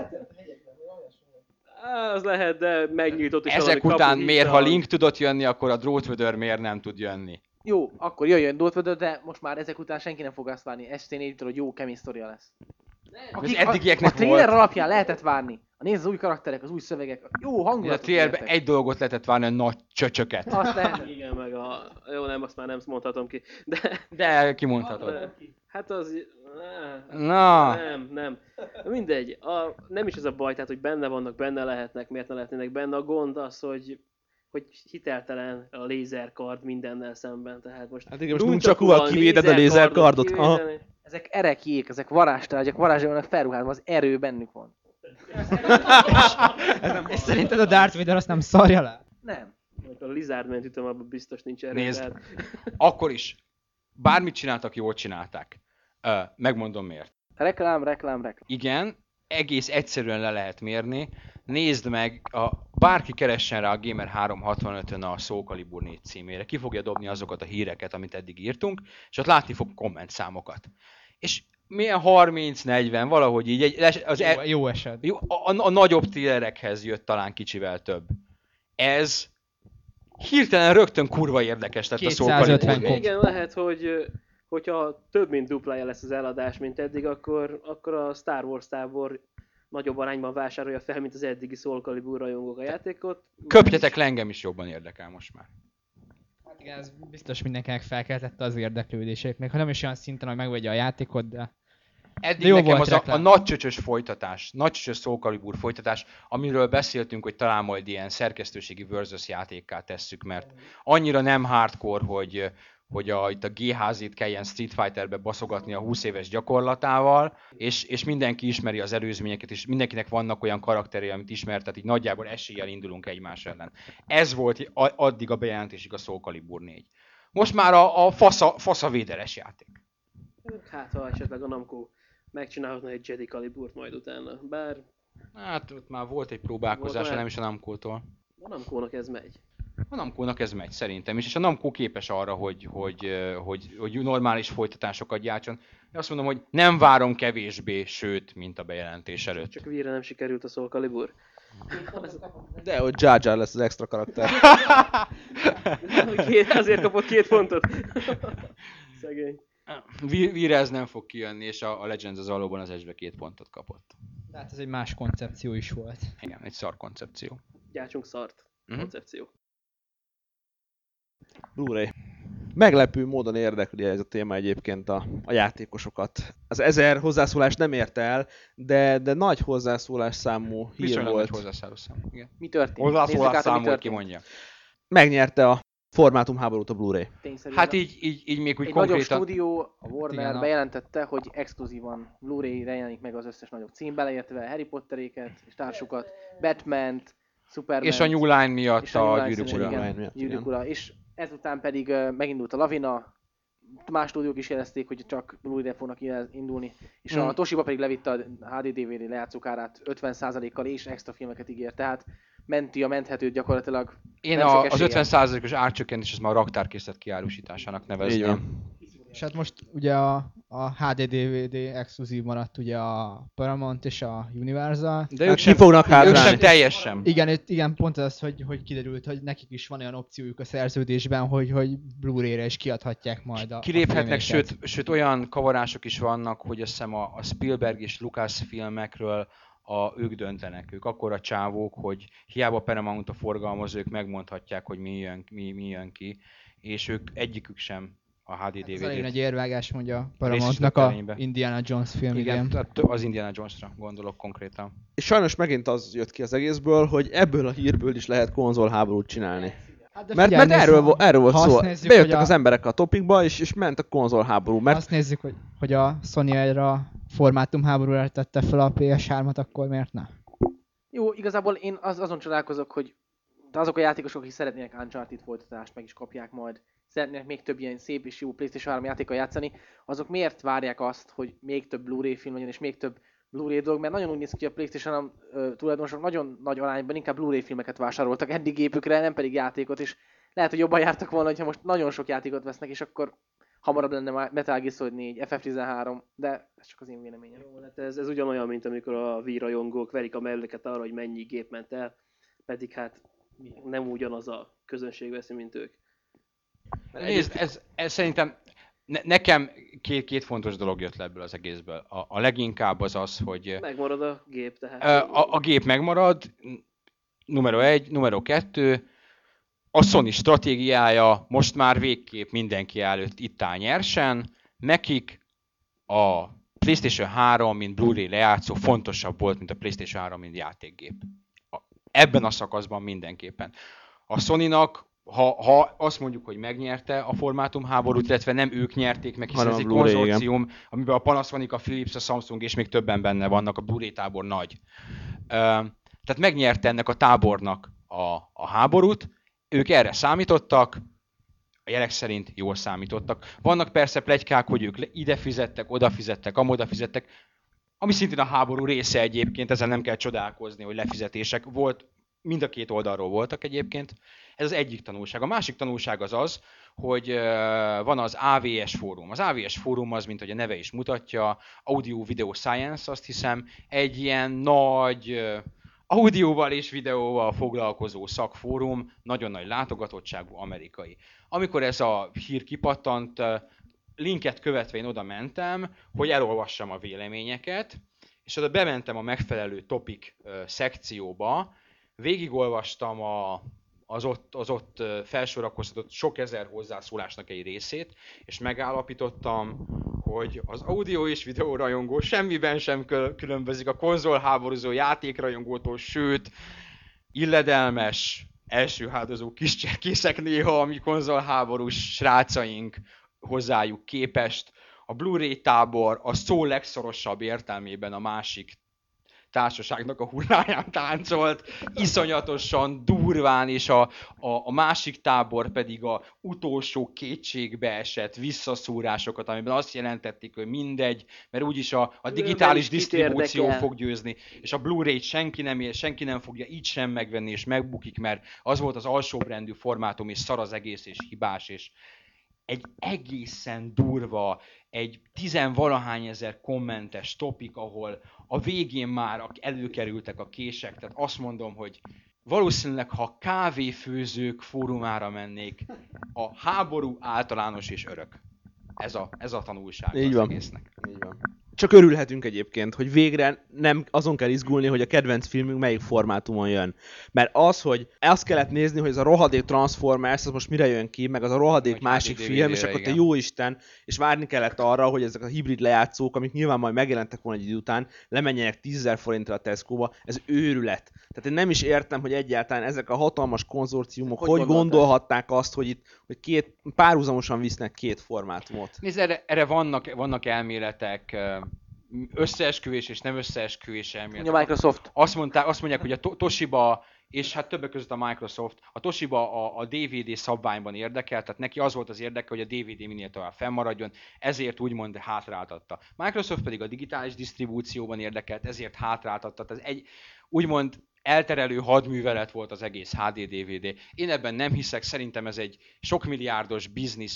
E: Az lehet, de megnyíltott is.
A: Ezek után miért, ha Link tudott jönni, akkor a Drótvödör miért nem tud jönni?
D: Jó, akkor jöjjön Drótvödör, de most már ezek után senki nem fog azt várni. ST4-től, hogy jó kemény sztoria lesz. A trailer alapján lehetett várni. Nézd az új karakterek, az új szövegek, jó hangulatot.
A: A trailerben egy dolgot lehetett várni, a nagy csöcsöket.
D: Azt lehet.
E: Igen, meg a... Jó, nem, azt már nem mondhatom ki.
A: De kimondhatod.
E: Hát az...
A: Na.
E: Nem. Mindegy. Nem is ez a baj, tehát hogy benne lehetnek, miért ne lehetnének benne. A gond az, hogy hiteltelen a lézerkard mindennel szemben, tehát most...
B: Hát igen, most nuncsakúval kivéded a lézerkardot.
D: Ezek erekjék, ezek varázstárgyak, varázsolanak felruházva, az erő bennük van.
C: És szerinted a Darth Vader azt nem szarja le?
D: Nem.
E: A Lizardment ütöm, abban biztos nincs erő.
A: Nézd, tehát... akkor is. Bármit csináltak, jól csinálták. Megmondom miért.
D: Reklám.
A: Igen, egész egyszerűen le lehet mérni. Nézd meg, bárki keressen rá a Gamer365-ön a Soul Calibur 4 címére, ki fogja dobni azokat a híreket, amit eddig írtunk, és ott látni fog kommentszámokat. És milyen 30-40, valahogy így.
C: Jó eset.
A: A nagyobb trailerekhez jött talán kicsivel több. Ez hirtelen rögtön kurva érdekes lett a Soul Calibur.
E: Igen, lehet, hogyha több mint duplája lesz az eladás, mint eddig, akkor a Star Wars tábor nagyobb arányban vásárolja fel, mint az eddigi Soul Calibur rajongók a játékot.
A: Köpjetek le, engem is jobban érdekel most már.
C: Hát igen, ez biztos mindenkinek felkeltette az érdeklődését, még ha nem is olyan szinten, hogy megvegye a játékot, de...
A: Eddig jó nekem az a nagy csöcsös folytatás, nagy csöcsös Soul Calibur folytatás, amiről beszéltünk, hogy talán majd ilyen szerkesztőségi versus játékká tesszük, mert annyira nem hardcore, hogy itt a G-házit kelljen Street Fighterbe baszogatni a 20 éves gyakorlatával, és mindenki ismeri az előzményeket, és mindenkinek vannak olyan karakterei, amit ismer, tehát így nagyjából eséllyel indulunk egymás ellen. Ez volt addig a bejelentésig a Soul Calibur 4. Most már a fasza véderes játék.
E: Hát, ha esetleg a Namco megcsinálhatna egy Jedi Caliburt majd utána, bár...
A: Hát ott már volt egy próbálkozás, nem is a Namco-tól.
E: A Namco-nak ez megy.
A: A Namco-nak ez megy szerintem is, és a Namco képes arra, hogy normális folytatásokat gyártson. Én azt mondom, hogy nem várom kevésbé, sőt, mint a bejelentés előtt.
E: Csak Wii-re nem sikerült a Soul Calibur.
B: De hogy Jar Jar lesz az extra karakter.
E: Azért kapott 2 pontot. Szegény.
A: Wii-re ez nem fog kijönni, és a Legends az valóban az Edge-be 2 pontot kapott.
C: Tehát ez egy más koncepció is volt.
A: Igen, egy szar koncepció.
E: Gyártsunk szart. Koncepció.
B: Blu-ray. Meglepő módon érdekli ez a téma egyébként a játékosokat. Az 1000 hozzászólás nem ért el, de nagy hozzászólás számú hír
A: viszonylag
B: volt.
A: Nagy hozzászólás számú, igen.
D: Mi történt?
A: Hozzászólás számú, ki mondja.
B: Megnyerte a formátumháborút a Blu-ray.
D: Tényszerűen
A: Hát így még úgy
D: egy
A: konkrétan...
D: nagyobb stúdió, a Warner
C: Igen,
D: bejelentette, hogy exkluzívan Blu-ray-re jelenik meg az összes nagyobb cím, beleértve Harry Potteréket és társukat, Batman-t, Superman
A: És a New Line miatt
D: és a
A: a
D: New
A: Gyűrűk
D: Line
A: Ura.
D: igen, Gyűrűk Ura. És ezután pedig megindult a lavina, más stúdiók is jelezték, hogy csak Blu-ray-re fognak indulni, és a Toshiba pedig levitte a HD-DVD lejátszókárát 50%-kal és extra filmeket ígért, tehát menti a menthetőt gyakorlatilag.
A: Én
D: nem sok
A: az
D: eséllyel.
A: 50%-os árcsökkentés, az már a raktárkészlet kiárusításának
B: Így
A: nevezném.
B: van.
C: És hát most ugye a HD-DVD exkluzív maradt ugye a Paramount és a Universal.
A: De
B: Hát
A: ők sem,
B: ki fognak
A: ők
B: hátrálni.
A: sem teljesen.
C: Igen, pont az, hogy kiderült, hogy nekik is van olyan opciójuk a szerződésben, hogy Blu-ray-re is kiadhatják majd a
A: Kiléphetnek,
C: filmjeiket.
A: sőt olyan kavarások is vannak, hogy azt hiszem a Spielberg és Lucas filmekről ők döntenek. Ők akkora csávók, hogy hiába Paramount a forgalmazók megmondhatják, hogy mi jön ki, és ők egyikük sem a HD
C: Ez elég
A: DVD-t.
C: nagy érvágás, mondja a
A: Részesnek
C: Paramountnak a
A: elejébe.
C: Indiana Jones film
A: Igen,
C: idén.
A: tehát az Indiana Jonesra gondolok konkrétan.
B: És sajnos megint az jött ki az egészből, hogy ebből a hírből is lehet konzolháborút csinálni.
C: Hát de
B: Mert
C: figyelj,
B: erről volt
C: ha
B: szó.
C: azt nézzük,
B: Bejöttek
C: hogy
B: az emberek a topikba, és ment a konzolháború.
C: Ha
B: Mert
C: azt nézzük, hogy a Sony erre formátumháborúra tette fel a PS3-at, akkor miért ne?
D: Jó, igazából én azon csodálkozok, hogy de azok a játékosok, akik szeretnének Uncharted folytatást, meg is kapják majd, szeretnének még több ilyen szép és jó PlayStation 3 játékkal játszani, azok miért várják azt, hogy még több Blu-ray film legyen és még több Blu-ray dolog, mert nagyon úgy néz ki, hogy a PlayStation tulajdonosok nagyon nagy arányban inkább Blu-ray filmeket vásároltak eddig gépükre, nem pedig játékot, és lehet, hogy jobban jártak volna, hogyha most nagyon sok játékot vesznek, és akkor hamarabb lenne Metal Gear Solid 4, FF13, de ez csak az én véleményem.
E: Jó, hát ez ugyanolyan, mint amikor a Wii rajongók verik a melleket arra, hogy mennyi gép ment el, pedig hát nem ugyanaz a közönség veszi, mint ők.
A: Nézd, ez szerintem nekem két fontos dolog jött le ebből az egészből. A leginkább az, hogy
E: Megmarad a gép, tehát...
A: a gép megmarad, numero 1, numero 2, a Sony stratégiája most már végképp mindenki előtt itt áll nyersen, nekik a PlayStation 3, mint Blu-ray lejátszó fontosabb volt, mint a PlayStation 3, mint játékgép. Ebben a szakaszban mindenképpen. A Sony-nak, ha azt mondjuk, hogy megnyerte a formátumháborút, illetve nem ők nyerték meg, hiszen ez egy konzorcium, amiben a Panasonic, a Philips, a Samsung és még többen benne vannak, a Blu-ray tábor nagy. Tehát megnyerte ennek a tábornak a háborút, ők erre számítottak, a jelek szerint jól számítottak. Vannak persze pletykák, hogy ők ide fizettek, oda fizettek, amoda fizettek, ami szintén a háború része egyébként, ezen nem kell csodálkozni, hogy lefizetések volt, mind a két oldalról voltak egyébként. Ez az egyik tanulság. A másik tanulság az, hogy van az AVS fórum. Az AVS fórum az, mint hogy a neve is mutatja, Audio Video Science, azt hiszem, egy ilyen nagy audióval és videóval foglalkozó szakfórum, nagyon nagy látogatottságú amerikai. Amikor ez a hír kipattant, linket követve én oda mentem, hogy elolvassam a véleményeket, és oda bementem a megfelelő topic szekcióba, végigolvastam az ott felsorakoztatott sok ezer hozzászólásnak egy részét, és megállapítottam, hogy az audio és videó rajongó semmiben sem különbözik a konzolháborúzó játékrajongótól, sőt, illedelmes, elsőhádozó kis cserkészek néha a mi konzolháborús srácaink hozzájuk képest. A Blu-ray tábor a szó legszorosabb értelmében a másik társaságnak a hurráján táncolt, iszonyatosan durván, és a másik tábor pedig a utolsó kétségbe esett visszaszúrásokat, amiben azt jelentették, hogy mindegy, mert úgyis a digitális disztribúció fog győzni, és a Blu-ray-t senki nem fogja így sem megvenni, és megbukik, mert az volt az alsóbrendű formátum, és szar az egész, és hibás, és egy egészen durva, egy 10-valahány ezer kommentes topik, ahol a végén már előkerültek a kések, tehát azt mondom, hogy valószínűleg, ha kávéfőzők fórumára mennék, a háború általános és örök. Ez a tanulság
B: így
A: az
B: van.
A: egésznek.
B: Így van. csak örülhetünk egyébként, hogy végre nem azon kell izgulni, hogy a kedvenc filmünk melyik formátumon jön. Mert az, hogy azt kellett nézni, hogy ez a rohadék Transformers, az most mire jön ki, meg az a rohadék vagy másik film, és akkor te jó Isten, és várni kellett arra, hogy ezek a hibrid lejátszók, amik nyilván majd megjelentek volna egy idő után, lemenjenek 10 000 forintra a Tesco-ba, ez őrület. Tehát én nem is értem, hogy egyáltalán ezek a hatalmas konzorciumok hogy gondolhatták azt, hogy itt hogy párhuzamosan visznek két formátumot.
A: Nézd, erre vannak elméletek, összeesküvés és nem összeesküvés elméletek.
D: A Microsoft.
A: Azt mondják, hogy a Toshiba, és hát többek között a Microsoft, a Toshiba a DVD szabványban érdekel, tehát neki az volt az érdeke, hogy a DVD minél tovább fennmaradjon, ezért úgymond hátráltatta. Microsoft pedig a digitális disztribúcióban érdekelt, ezért hátráltatta. Tehát egy úgymond elterelő hadművelet volt az egész HD-DVD. Én ebben nem hiszek, szerintem ez egy sok milliárdos biznisz,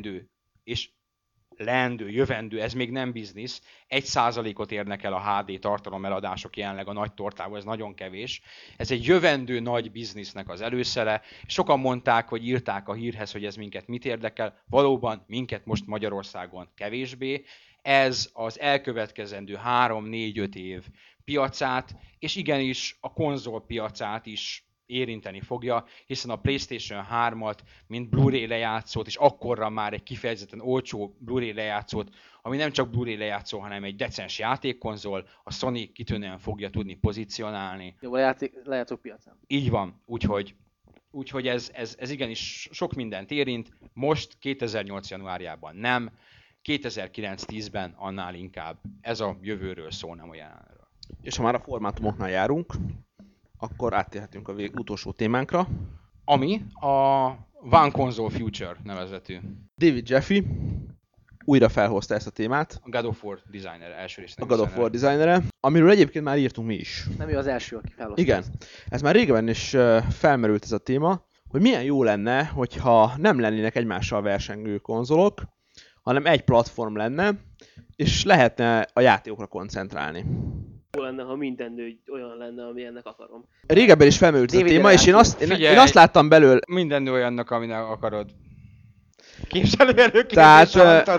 A: jövendő, ez még nem biznisz. 1%-ot érnek el a HD tartalom eladások jelenleg a nagy tortából, ez nagyon kevés. Ez egy jövendő nagy biznisznek az előszele. Sokan mondták, hogy írták a hírhez, hogy ez minket mit érdekel. Valóban minket most Magyarországon kevésbé. Ez az elkövetkezendő 3-4-5 év piacát, és igenis a konzol piacát is érinteni fogja, hiszen a PlayStation 3-at, mint Blu-ray lejátszót, és akkorra már egy kifejezetten olcsó Blu-ray lejátszót, ami nem csak Blu-ray lejátszó, hanem egy decens játékkonzol, a Sony kitűnően fogja tudni pozícionálni.
D: Jó, a lejátszó piacán.
A: Így van, úgyhogy ez igenis sok mindent érint, most 2008. januárjában nem, 2009-10-ben annál inkább. Ez a jövőről szól, nem a jelenről.
B: És ha már a formátumoknál járunk, akkor áttérhetünk a utolsó témánkra.
A: Ami a One Console Future nevezetű.
B: David Jaffe újra felhozta ezt a témát.
A: A God of War designer, első résznek.
B: A God of War designere, amiről egyébként már írtunk mi is.
D: Nem ő az első, aki felhozta.
B: Igen. Ez már régebben is felmerült ez a téma, hogy milyen jó lenne, hogyha nem lennének egymással versengő konzolok, hanem egy platform lenne, és lehetne a játékokra koncentrálni.
E: Jó lenne, ha minden nő olyan lenne, ami ennek akarom.
B: Régebben is felmerült ez a téma, és én azt láttam belőle...
A: Minden nő olyannak, aminek akarod. Képzelőerő
B: kérdés,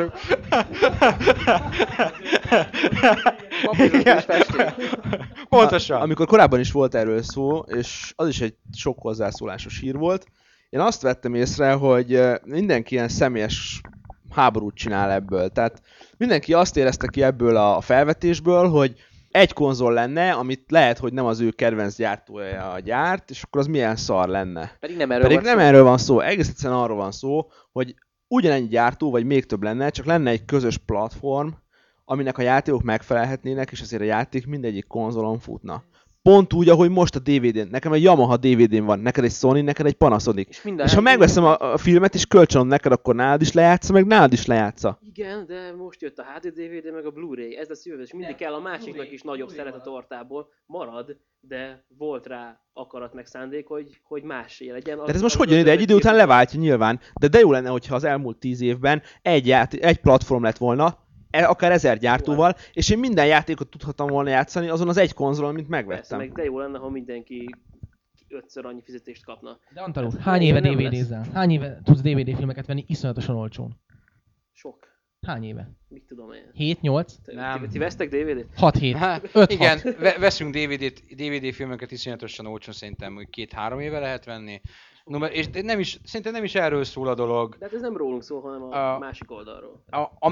A: pontosan.
B: Amikor korábban is volt erről szó, és az is egy sok hozzászólásos hír volt, én azt vettem észre, hogy mindenki ilyen személyes háborút csinál ebből. Tehát mindenki azt érezte ki ebből a felvetésből, hogy egy konzol lenne, amit lehet, hogy nem az ő kedvenc gyártója gyárt, és akkor az milyen szar lenne.
D: Pedig nem
B: erről van szó. Egész egyszerűen arról van szó, hogy ugyanennyi gyártó, vagy még több lenne, csak lenne egy közös platform, aminek a játékok megfelelhetnének, és azért a játék mindegyik konzolon futna. Pont úgy, ahogy most a DVD-n. Nekem egy Yamaha DVD-n van, neked egy Sony, neked egy Panasonic. És ha megveszem a filmet és kölcsönöm neked, akkor nálad is lejátsza, meg nálad is lejátsza.
E: Igen, de most jött a HD DVD meg a Blu-ray. Ez lesz jövő, és mindig kell a másiknak is nagyobb szeret a tortából. Marad, de volt rá akarat meg szándék, hogy másé legyen.
B: Tehát ez most hogy jön ide? Egy idő után leváltja nyilván, de jó lenne, hogyha az elmúlt 10 évben egy platform lett volna, akár 1000 gyártóval, és én minden játékot tudhattam volna játszani azon az egy konzolon, amit megvettem.
E: Persze, de jó lenne, ha mindenki 5-ször annyi fizetést kapna.
G: De Antal úr, hány éve DVD-zzel? Hány éve tudsz DVD filmeket venni iszonyatosan olcsón?
E: Sok.
G: Hány éve?
E: Mit tudom én?
G: 7-8?
E: Nem. Ti vesztek DVD-t?
G: 6-7.
A: Hát, 5-6. Igen, veszünk DVD filmeket iszonyatosan olcsón, szerintem, hogy 2-3 éve lehet venni. És szerintem nem is erről szól a dolog.
E: De hát ez nem rólunk szól, hanem a másik oldalról.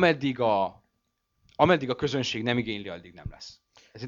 A: Ameddig a közönség nem igényli, addig nem lesz.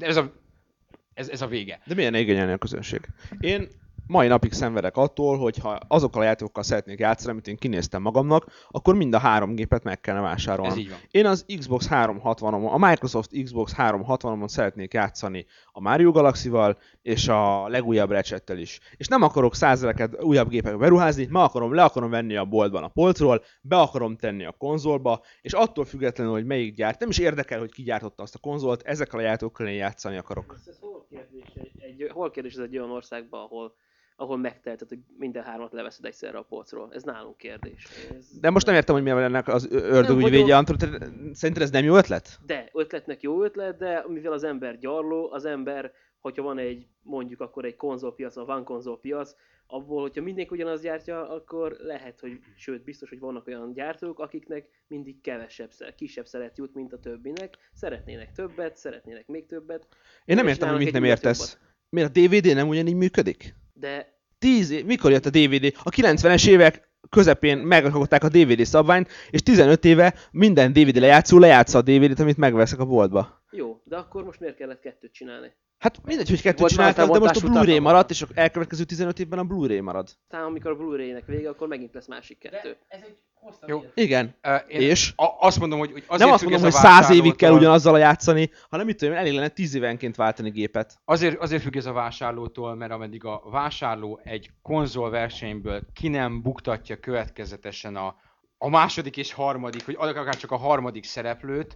A: Ez a vége.
B: De milyen igényelni a közönség? Én mai napig szenvedek attól, hogy ha azokkal a játékokkal szeretnék játszani, amit én kinéztem magamnak, akkor mind a 3 gépet meg kellene vásárolni.
A: Ez így van.
B: Én az Xbox 360-on, a Microsoft Xbox 360-on szeretnék játszani a Mario Galaxy-val és a legújabb Ratchettel is. És nem akarok százezreket újabb gépekbe beruházni, le akarom venni a boltban a polcról, be akarom tenni a konzolba, és attól függetlenül, hogy melyik gyárt, nem is érdekel, hogy ki gyártotta azt a konzolt, ezekkel a játékokkal én játszani akarok.
E: Ez hol kérdés ez egy olyan országban, ahol megteheted, hogy minden 3-at leveszed egyszerre a polcról. Ez nálunk kérdés.
B: De most nem értem, hogy mivel ennek az ördög úgy védje Antal, szerinted ez nem jó ötlet?
E: De ötletnek jó ötlet, de mivel az ember gyarló, az ember hogyha van mondjuk akkor egy konzolpiac, a van konzolpiac, abból, hogyha mindenki ugyanaz gyártja, akkor lehet, hogy, sőt, biztos, hogy vannak olyan gyártók, akiknek mindig kisebb szeret jut, mint a többinek. Szeretnének többet, szeretnének még többet.
B: Én nem értem, hogy mit nem értesz. Miért a DVD nem ugyanígy működik?
E: De
B: 10 év, mikor jött a DVD? A 90-es évek közepén megalkották a DVD szabványt, és 15 éve minden DVD lejátszó lejátsza a DVD-t, amit megveszek a boltba.
E: jó, de akkor most miért kellett 2-t csinálni?
B: Hát mindegy, hogy 2 csináltak, de most a Blu-ray maradt, és a elkövetkező 15 évben a Blu-ray marad.
E: Talán amikor a Blu-ray-nek vége, akkor megint lesz másik 2.
G: Ez egy hosszabb
A: Jó.
G: élet.
B: Igen.
A: És azt mondom, hogy azért
B: nem azt mondom, hogy 100 évig kell ugyanazzal játszani, hanem mit tudom, elég lenne 10 évenként váltani gépet.
A: Azért függ ez a vásárlótól, mert ameddig a vásárló egy konzolversenyből ki nem buktatja következetesen a második és harmadik, vagy akár csak a harmadik szereplőt,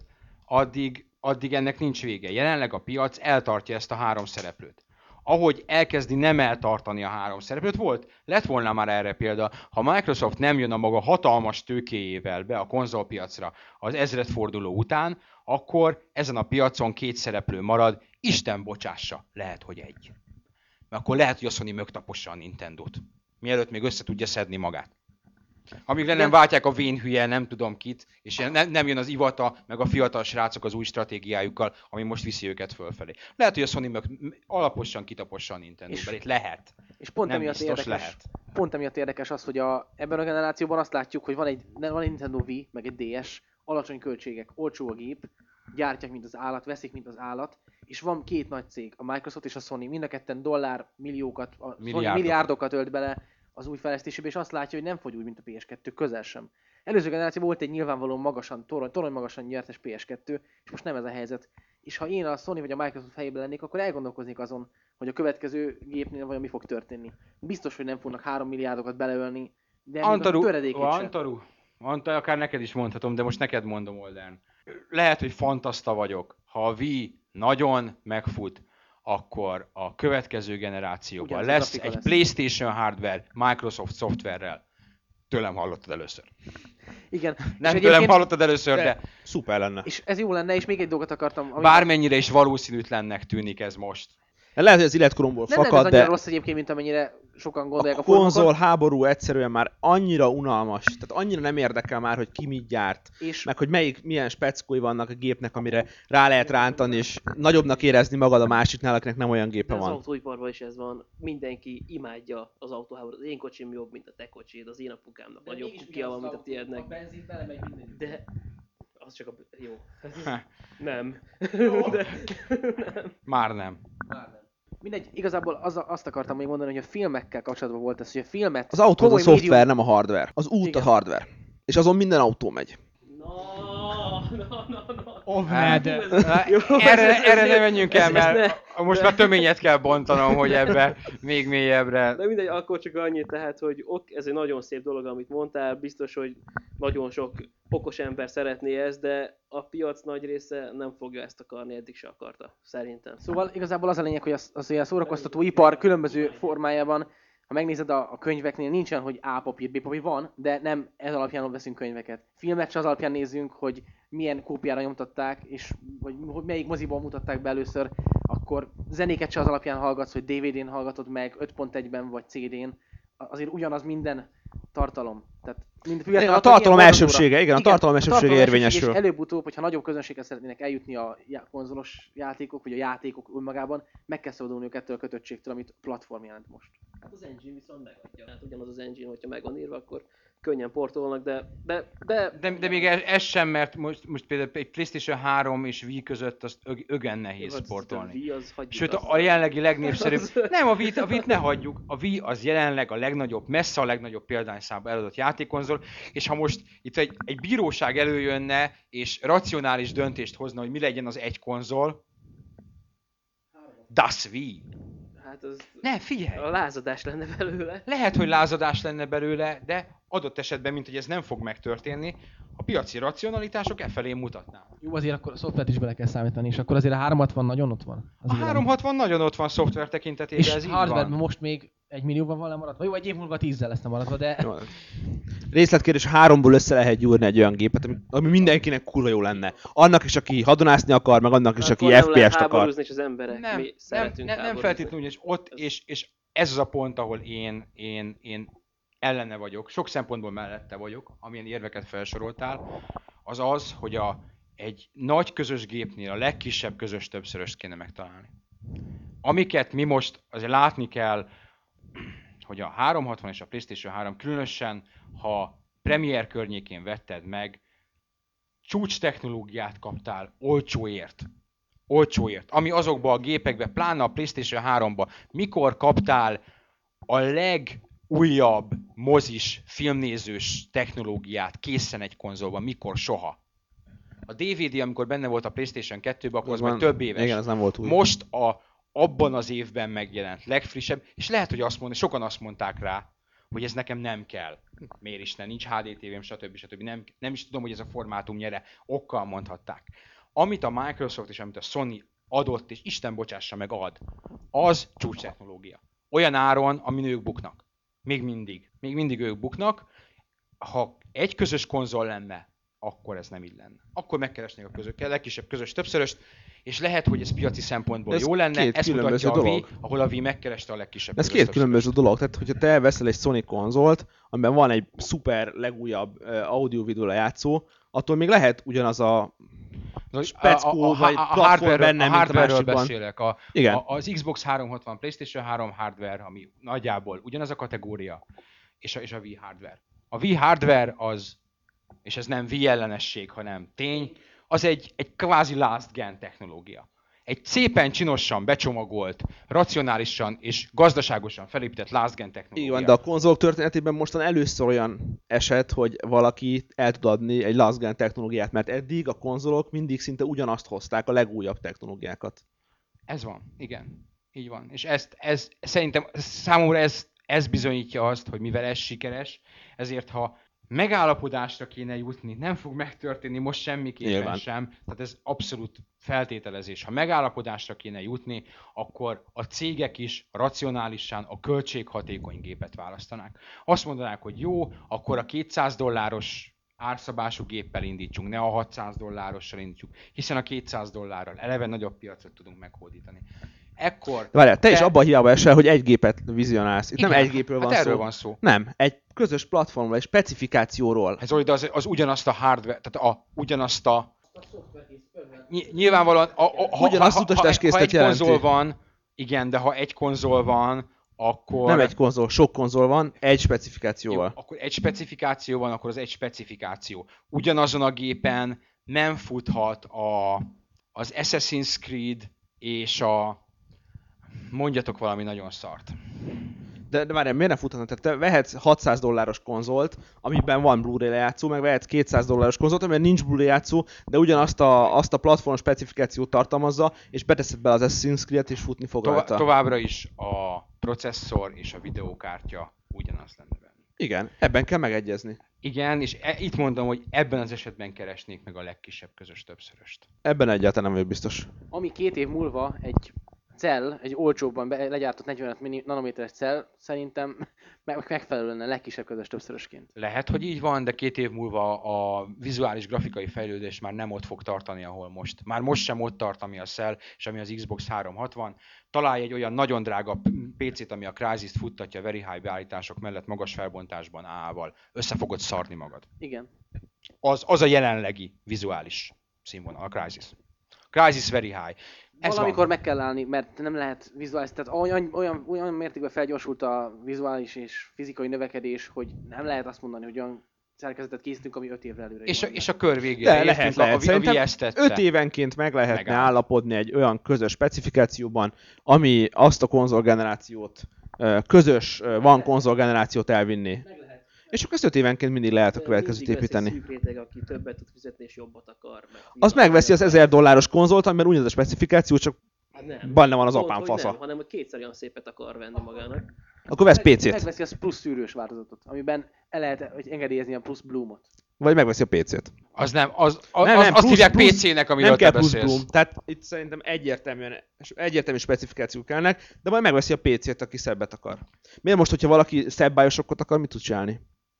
A: addig ennek nincs vége. Jelenleg a piac eltartja ezt a 3 szereplőt. Ahogy elkezdi nem eltartani a 3 szereplőt, lett volna már erre példa, ha Microsoft nem jön a maga hatalmas tőkéjével be a konzolpiacra az ezredforduló után, akkor ezen a piacon 2 szereplő marad, Isten bocsássa, lehet, hogy 1. Mert akkor lehet, hogy a Sony mögtapossa a Nintendót, mielőtt még össze tudja szedni magát. Amíg le nem váltják a vén hülye, nem tudom kit, és nem jön az Iwata, meg a fiatal srácok az új stratégiájukkal, ami most viszi őket fölfelé. Lehet, hogy a Sony alaposan kitapossa a Nintendo-ben, itt lehet.
D: És pont
A: nem
D: emiatt
A: biztos,
D: érdekes,
A: lehet.
D: Pont emiatt érdekes az, hogy ebben a generációban azt látjuk, hogy van egy Nintendo Wii, meg egy DS, alacsony költségek, olcsó a gép, gyártják, mint az állat, veszik, mint az állat, és van 2 nagy cég, a Microsoft és a Sony, mind a ketten dollármilliókat, milliárdokat ölt bele az új fejlesztésébe, és azt látja, hogy nem fogy úgy, mint a PS2, közel sem. Előző generációban volt egy nyilvánvalóan magasan, torony magasan nyertes PS2, és most nem ez a helyzet. És ha én a Sony vagy a Microsoft helyében lennék, akkor elgondolkoznék azon, hogy a következő gépnél vajon mi fog történni. Biztos, hogy nem fognak 3 milliárdokat beleölni, de
A: Antaru,
D: a töredékét sem.
A: Antaru, akár neked is mondhatom, de most neked mondom, Oldern. Lehet, hogy fantaszta vagyok. Ha a Wii nagyon megfut, akkor a következő generációban lesz egy PlayStation hardware Microsoft szoftverrel. Tőlem hallottad először.
D: Igen.
A: Nem tőlem hallottad először, de
B: szuper lenne.
D: És ez jó lenne, és még egy dolgot akartam.
A: Bármennyire is valószínűtlennek tűnik ez most.
B: Lehet, hogy az életkoromból fakad,
D: de... Nem rossz egyébként, mint amennyire sokan gondolják.
B: A konzol háború egyszerűen már annyira unalmas, tehát annyira nem érdekel már, hogy ki mit gyárt, és meg hogy milyen speckói vannak a gépnek, amire rá lehet rántani, és nagyobbnak érezni magad a másiknál, akinek nem olyan gépe van.
E: Az autóiparban is ez van. Mindenki imádja az autóháborút. Az én kocsim jobb, mint a te kocsid, az én apukámnak nagyobb kukia van, mint a tiédnek.
G: A benzin belemegy minden.
E: De az csak a... Jó. Nem.
A: De... nem. Már nem.
D: Mindegy, igazából azt akartam még mondani, hogy a filmekkel kapcsolatban volt ez, hogy a filmet...
B: Az autó a szoftver, nem a hardware. Az út a hardware. És azon minden autó megy.
A: Erre ne menjünk el, mert most már töményet kell bontanom, hogy ebbe még mélyebbre.
E: De mindegy, akkor csak annyit tehát, hogy ez egy nagyon szép dolog, amit mondtál, biztos, hogy nagyon sok okos ember szeretné ezt, de a piac nagy része nem fogja ezt akarni, eddig se akarta, szerintem.
D: Szóval igazából az a lényeg, hogy a szórakoztató ipar különböző formájában, ha megnézed a könyveknél, nincsen, hogy A papír, B papír van, de nem ez alapján veszünk könyveket. Filmet se az alapján nézzünk, hogy milyen kópiára nyomtatták, és hogy melyik moziban mutatták be először, akkor zenéket se az alapján hallgatsz, hogy DVD-n hallgatod meg, 5.1-ben vagy CD-n. Azért ugyanaz minden tartalom. Tehát
B: a tartalom elsőbsége, igen, a tartalom elsőbsége érvényesül.
D: És előbb-utóbb, hogyha nagyobb közönséghez szeretnének eljutni a konzolos játékok, vagy a játékok önmagában, meg kell szabadulniuk ettől a kötöttségtől, amit platform jelent most.
E: Hát az engine viszont megadja. Hát ugyanaz az engine, hogyha meg van írva, akkor könnyen portolnak, de
A: még ez sem, mert most például egy PlayStation 3 és Wii között azt ögen nehéz portolni. Sőt, a jelenlegi legnépszerűbb... Nem, a Wii-t ne hagyjuk. A Wii az jelenleg a legnagyobb, messze a legnagyobb példányszámba eladott játékkonzol, és ha most itt egy bíróság előjönne, és racionális döntést hozna, hogy mi legyen az egy konzol, Das Wii.
E: Hát az...
A: Ne, figyelj!
E: A lázadás lenne belőle.
A: Lehet, hogy lázadás lenne belőle, de adott esetben, mint hogy ez nem fog megtörténni, a piaci racionalitások felé mutatnának.
G: Jó, azért akkor a szoftvert is bele kell számítani, és akkor azért a 360 nagyon ott van.
A: A 360 nagyon ott van szoftver tekintetében,
G: és ez így van. És hardware most még 1 millióban van lemaradva. Jó, egy év múlva 10-zel lesz lemaradva, de...
B: részletkérdés, 3-ból össze lehet gyúrni egy olyan gépet, ami mindenkinek kurva jó lenne. Annak is, aki hadonászni akar, meg annak is, aki FPS-t akar.
E: És az emberek,
A: nem feltétlenül, és ott, és ez az a pont, ahol én ellene vagyok, sok szempontból mellette vagyok, amilyen érveket felsoroltál, az, hogy egy nagy közös gépnél a legkisebb közös többszöröst kéne megtalálni. Amiket mi most azért látni kell, hogy a 360 és a PlayStation 3 különösen, ha Premiere környékén vetted meg, csúcs technológiát kaptál olcsóért. Ami azokban a gépekben, pláne a PlayStation 3-ban, mikor kaptál a legújabb mozis, filmnézős technológiát készen egy konzolban, mikor soha. A DVD, amikor benne volt a PlayStation 2-ben, akkor az már több éves.
B: Igen, az nem volt új.
A: Most abban az évben megjelent legfrissebb, és lehet, hogy sokan azt mondták rá, hogy ez nekem nem kell. Miért is nincs HD TV-m, stb. Nem is tudom, hogy ez a formátum nyere. Okkal mondhatták. Amit a Microsoft és amit a Sony adott, és Isten bocsássa meg ad, az csúcs technológia. Olyan áron, amin ők buknak. Még mindig ők buknak. Ha egy közös konzol lenne, akkor ez nem így lenne. Akkor megkeresnék a legkisebb közös többszöröst, és lehet, hogy ez piaci szempontból jó lenne, ezt mutatja a Wii, ahol a Wii megkereste a legkisebb
B: ez két különböző dolog, tehát hogyha te veszel egy Sony konzolt, amiben van egy szuper legújabb audio-videó lejátszó, attól még lehet ugyanaz a speckó vagy platform benne, mint a másikban.
A: Beszélek. Az Xbox 360, PlayStation 3 hardware, ami nagyjából ugyanaz a kategória, és a Wii hardware. A Wii hardware az, és ez nem Wii ellenesség, hanem tény, az egy kvázi last gen technológia. Egy szépen csinosan becsomagolt, racionálisan és gazdaságosan felépített last gen technológia.
B: Igen, de a konzolok történetében mostan először olyan eset, hogy valaki el tud adni egy last gen technológiát, mert eddig a konzolok mindig szinte ugyanazt hozták, a legújabb technológiákat.
A: Ez van, igen. Így van. És ez szerintem számomra ez bizonyítja azt, hogy mivel ez sikeres, ezért ha megállapodásra kéne jutni, nem fog megtörténni most semmiképpen sem, tehát ez abszolút feltételezés. Ha megállapodásra kéne jutni, akkor a cégek is racionálisan a költséghatékony gépet választanák. Azt mondanák, hogy jó, akkor a $200 árszabású géppel indítsunk, ne a $600 indítsuk, hiszen a $200 eleve nagyobb piacot tudunk meghódítani. Ekkor...
B: Várjál, te is abban a hiába esel, hogy egy gépet vizionálsz. Itt igen, nem egy gépről van
A: erről van szó.
B: Nem, egy közös platformról, egy specifikációról.
A: Ez az ugyanazt a hardware, tehát ugyanazt a... Nyilvánvalóan, ha egy konzol van, igen, de ha egy konzol van, akkor...
B: Nem egy konzol, sok konzol van, egy specifikációval.
A: Jó, akkor egy specifikáció van, akkor az egy specifikáció. Ugyanazon a gépen nem futhat az Assassin's Creed és a... Mondjatok valami nagyon szart.
B: De várjál, miért nem futhatna? Tehát te vehetsz $600 konzolt, amiben van Blu-ray lejátszó, meg vehetsz $200 konzolt, amiben nincs Blu-ray lejátszó, de ugyanazt a platform specifikációt tartalmazza, és beteszed be az Assassin's Creed-et, és futni fog rajta.
A: Továbbra is a processzor és a videókártya ugyanaz lenne benne.
B: Igen, ebben kell megegyezni.
A: Igen, és itt mondom, hogy ebben az esetben keresnék meg a legkisebb közös többszöröst.
B: Ebben egyáltalán nem vagyok biztos.
D: Ami 2 év múlva egy cell, egy olcsóbban legyártott 45 nanométeres cell szerintem megfelelő lenne legkisebb közös többszörösként.
A: Lehet, hogy így van, de 2 év múlva a vizuális grafikai fejlődés már nem ott fog tartani, ahol most. Már most sem ott tart, ami a Cell és ami az Xbox 360. Találj egy olyan nagyon drága PC-t, ami a Crysis-t futtatja very high beállítások mellett magas felbontásban AA-val. Össze fogod szarni magad.
D: Igen.
A: Az a jelenlegi vizuális színvonal, a Crysis. Crysis very high.
D: Valamikor meg kell állni, mert nem lehet vizuális, tehát olyan mértékben felgyorsult a vizuális és fizikai növekedés, hogy nem lehet azt mondani, hogy olyan szerkezetet készítünk, ami 5 évre előre.
A: És a kör végére
B: lehet. Szerintem 5 évenként meg lehetne állapodni egy olyan közös specifikációban, ami azt a konzolgenerációt, közös van konzolgenerációt elvinni. És akkor ezt 5 évenként mindig lehet a következőt építeni.
E: Mindig lesz egy szűk réteg, aki többet tud fizetni és jobbat akar.
B: Az megveszi az $1000 konzolt, amiben ugyanaz a specifikáció, csak benne van az apám fasza.
E: Nem, hanem hogy kétszer olyan szépet akar venni magának.
B: Akkor vesz PC-t.
D: Megveszi az plusz szűrős változatot, amiben el lehet engedélyezni a plusz Bloom-ot.
B: Vagy megveszi a PC-t.
A: Az nem, azt hívják PC-nek, amiről te beszélsz. Bloom.
B: Tehát itt szerintem egyértelmű specifikációk kellnek, de majd megveszi a PC-t, aki szebbet akar. Miért most, hogyha valaki szebb BIOShockot akar, mit tud csinálni?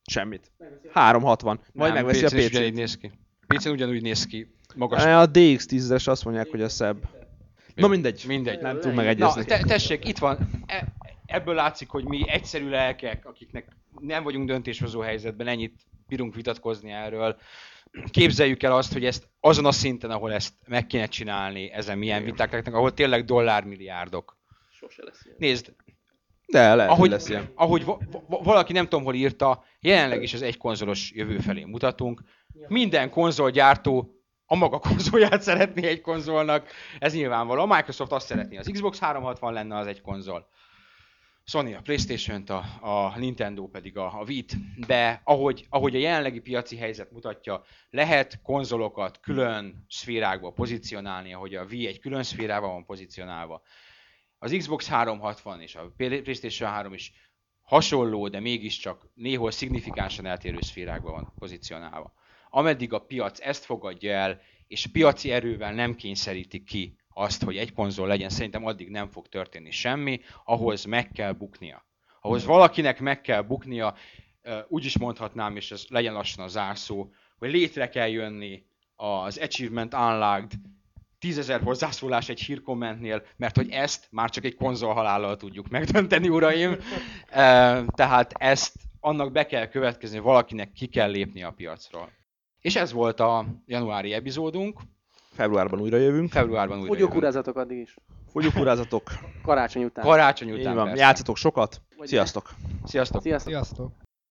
B: Semmit. 360. Majd megveszi a
A: PC-n
B: PC-t.
A: ugyanígy néz ki. PC-n ugyanúgy néz ki. Magas.
B: A DX10-es azt mondják, hogy a szebb. Na mindegy.
A: Mindegy.
B: Nem tudunk megegyezni.
A: Na, tessék, itt van. Ebből látszik, hogy mi egyszerű lelkek, akiknek nem vagyunk döntéshozó helyzetben, ennyit bírunk vitatkozni erről. Képzeljük el azt, hogy ezt azon a szinten, ahol ezt meg kéne csinálni, ezen milyen viták lehetnek, ahol tényleg dollármilliárdok.
E: Sose lesz ilyen.
A: Nézd,
B: De lehet, hogy lesz ilyen.
A: ahogy valaki nem tudom hol írta, jelenleg is az egy konzolos jövő felé mutatunk. Minden konzolgyártó a maga konzolját szeretné egy konzolnak, ez nyilvánvaló. A Microsoft azt szeretné, az Xbox 360 lenne az egy konzol. Sony a PlayStation-t, a Nintendo pedig a Wii-t, de ahogy a jelenlegi piaci helyzet mutatja, lehet konzolokat külön szférákba pozícionálni, ahogy a Wii egy külön szférában van pozícionálva. Az Xbox 360 és a PlayStation 3 is hasonló, de mégiscsak néhol szignifikánsan eltérő szférákban van pozícionálva. Ameddig a piac ezt fogadja el, és piaci erővel nem kényszerítik ki azt, hogy egy konzol legyen, szerintem addig nem fog történni semmi, ahhoz meg kell buknia. Ahhoz valakinek meg kell buknia, úgy is mondhatnám, és ez legyen lassan a zárszó, hogy létre kell jönni az Achievement Unlocked 10.000 hozzászólás egy hírkommentnél, mert hogy ezt már csak egy konzol halállal tudjuk megdönteni, uraim. Tehát ezt annak be kell következni, valakinek ki kell lépni a piacról. És ez volt a januári epizódunk.
B: Februárban újra jövünk.
D: Fogyókúrázatok addig is.
B: Fogyókúrázatok.
D: Karácsony után.
A: Karácsony után.
B: Így van.
A: Persze.
B: Játszatok sokat. Sziasztok.
A: Sziasztok.
D: Sziasztok.
C: Sziasztok!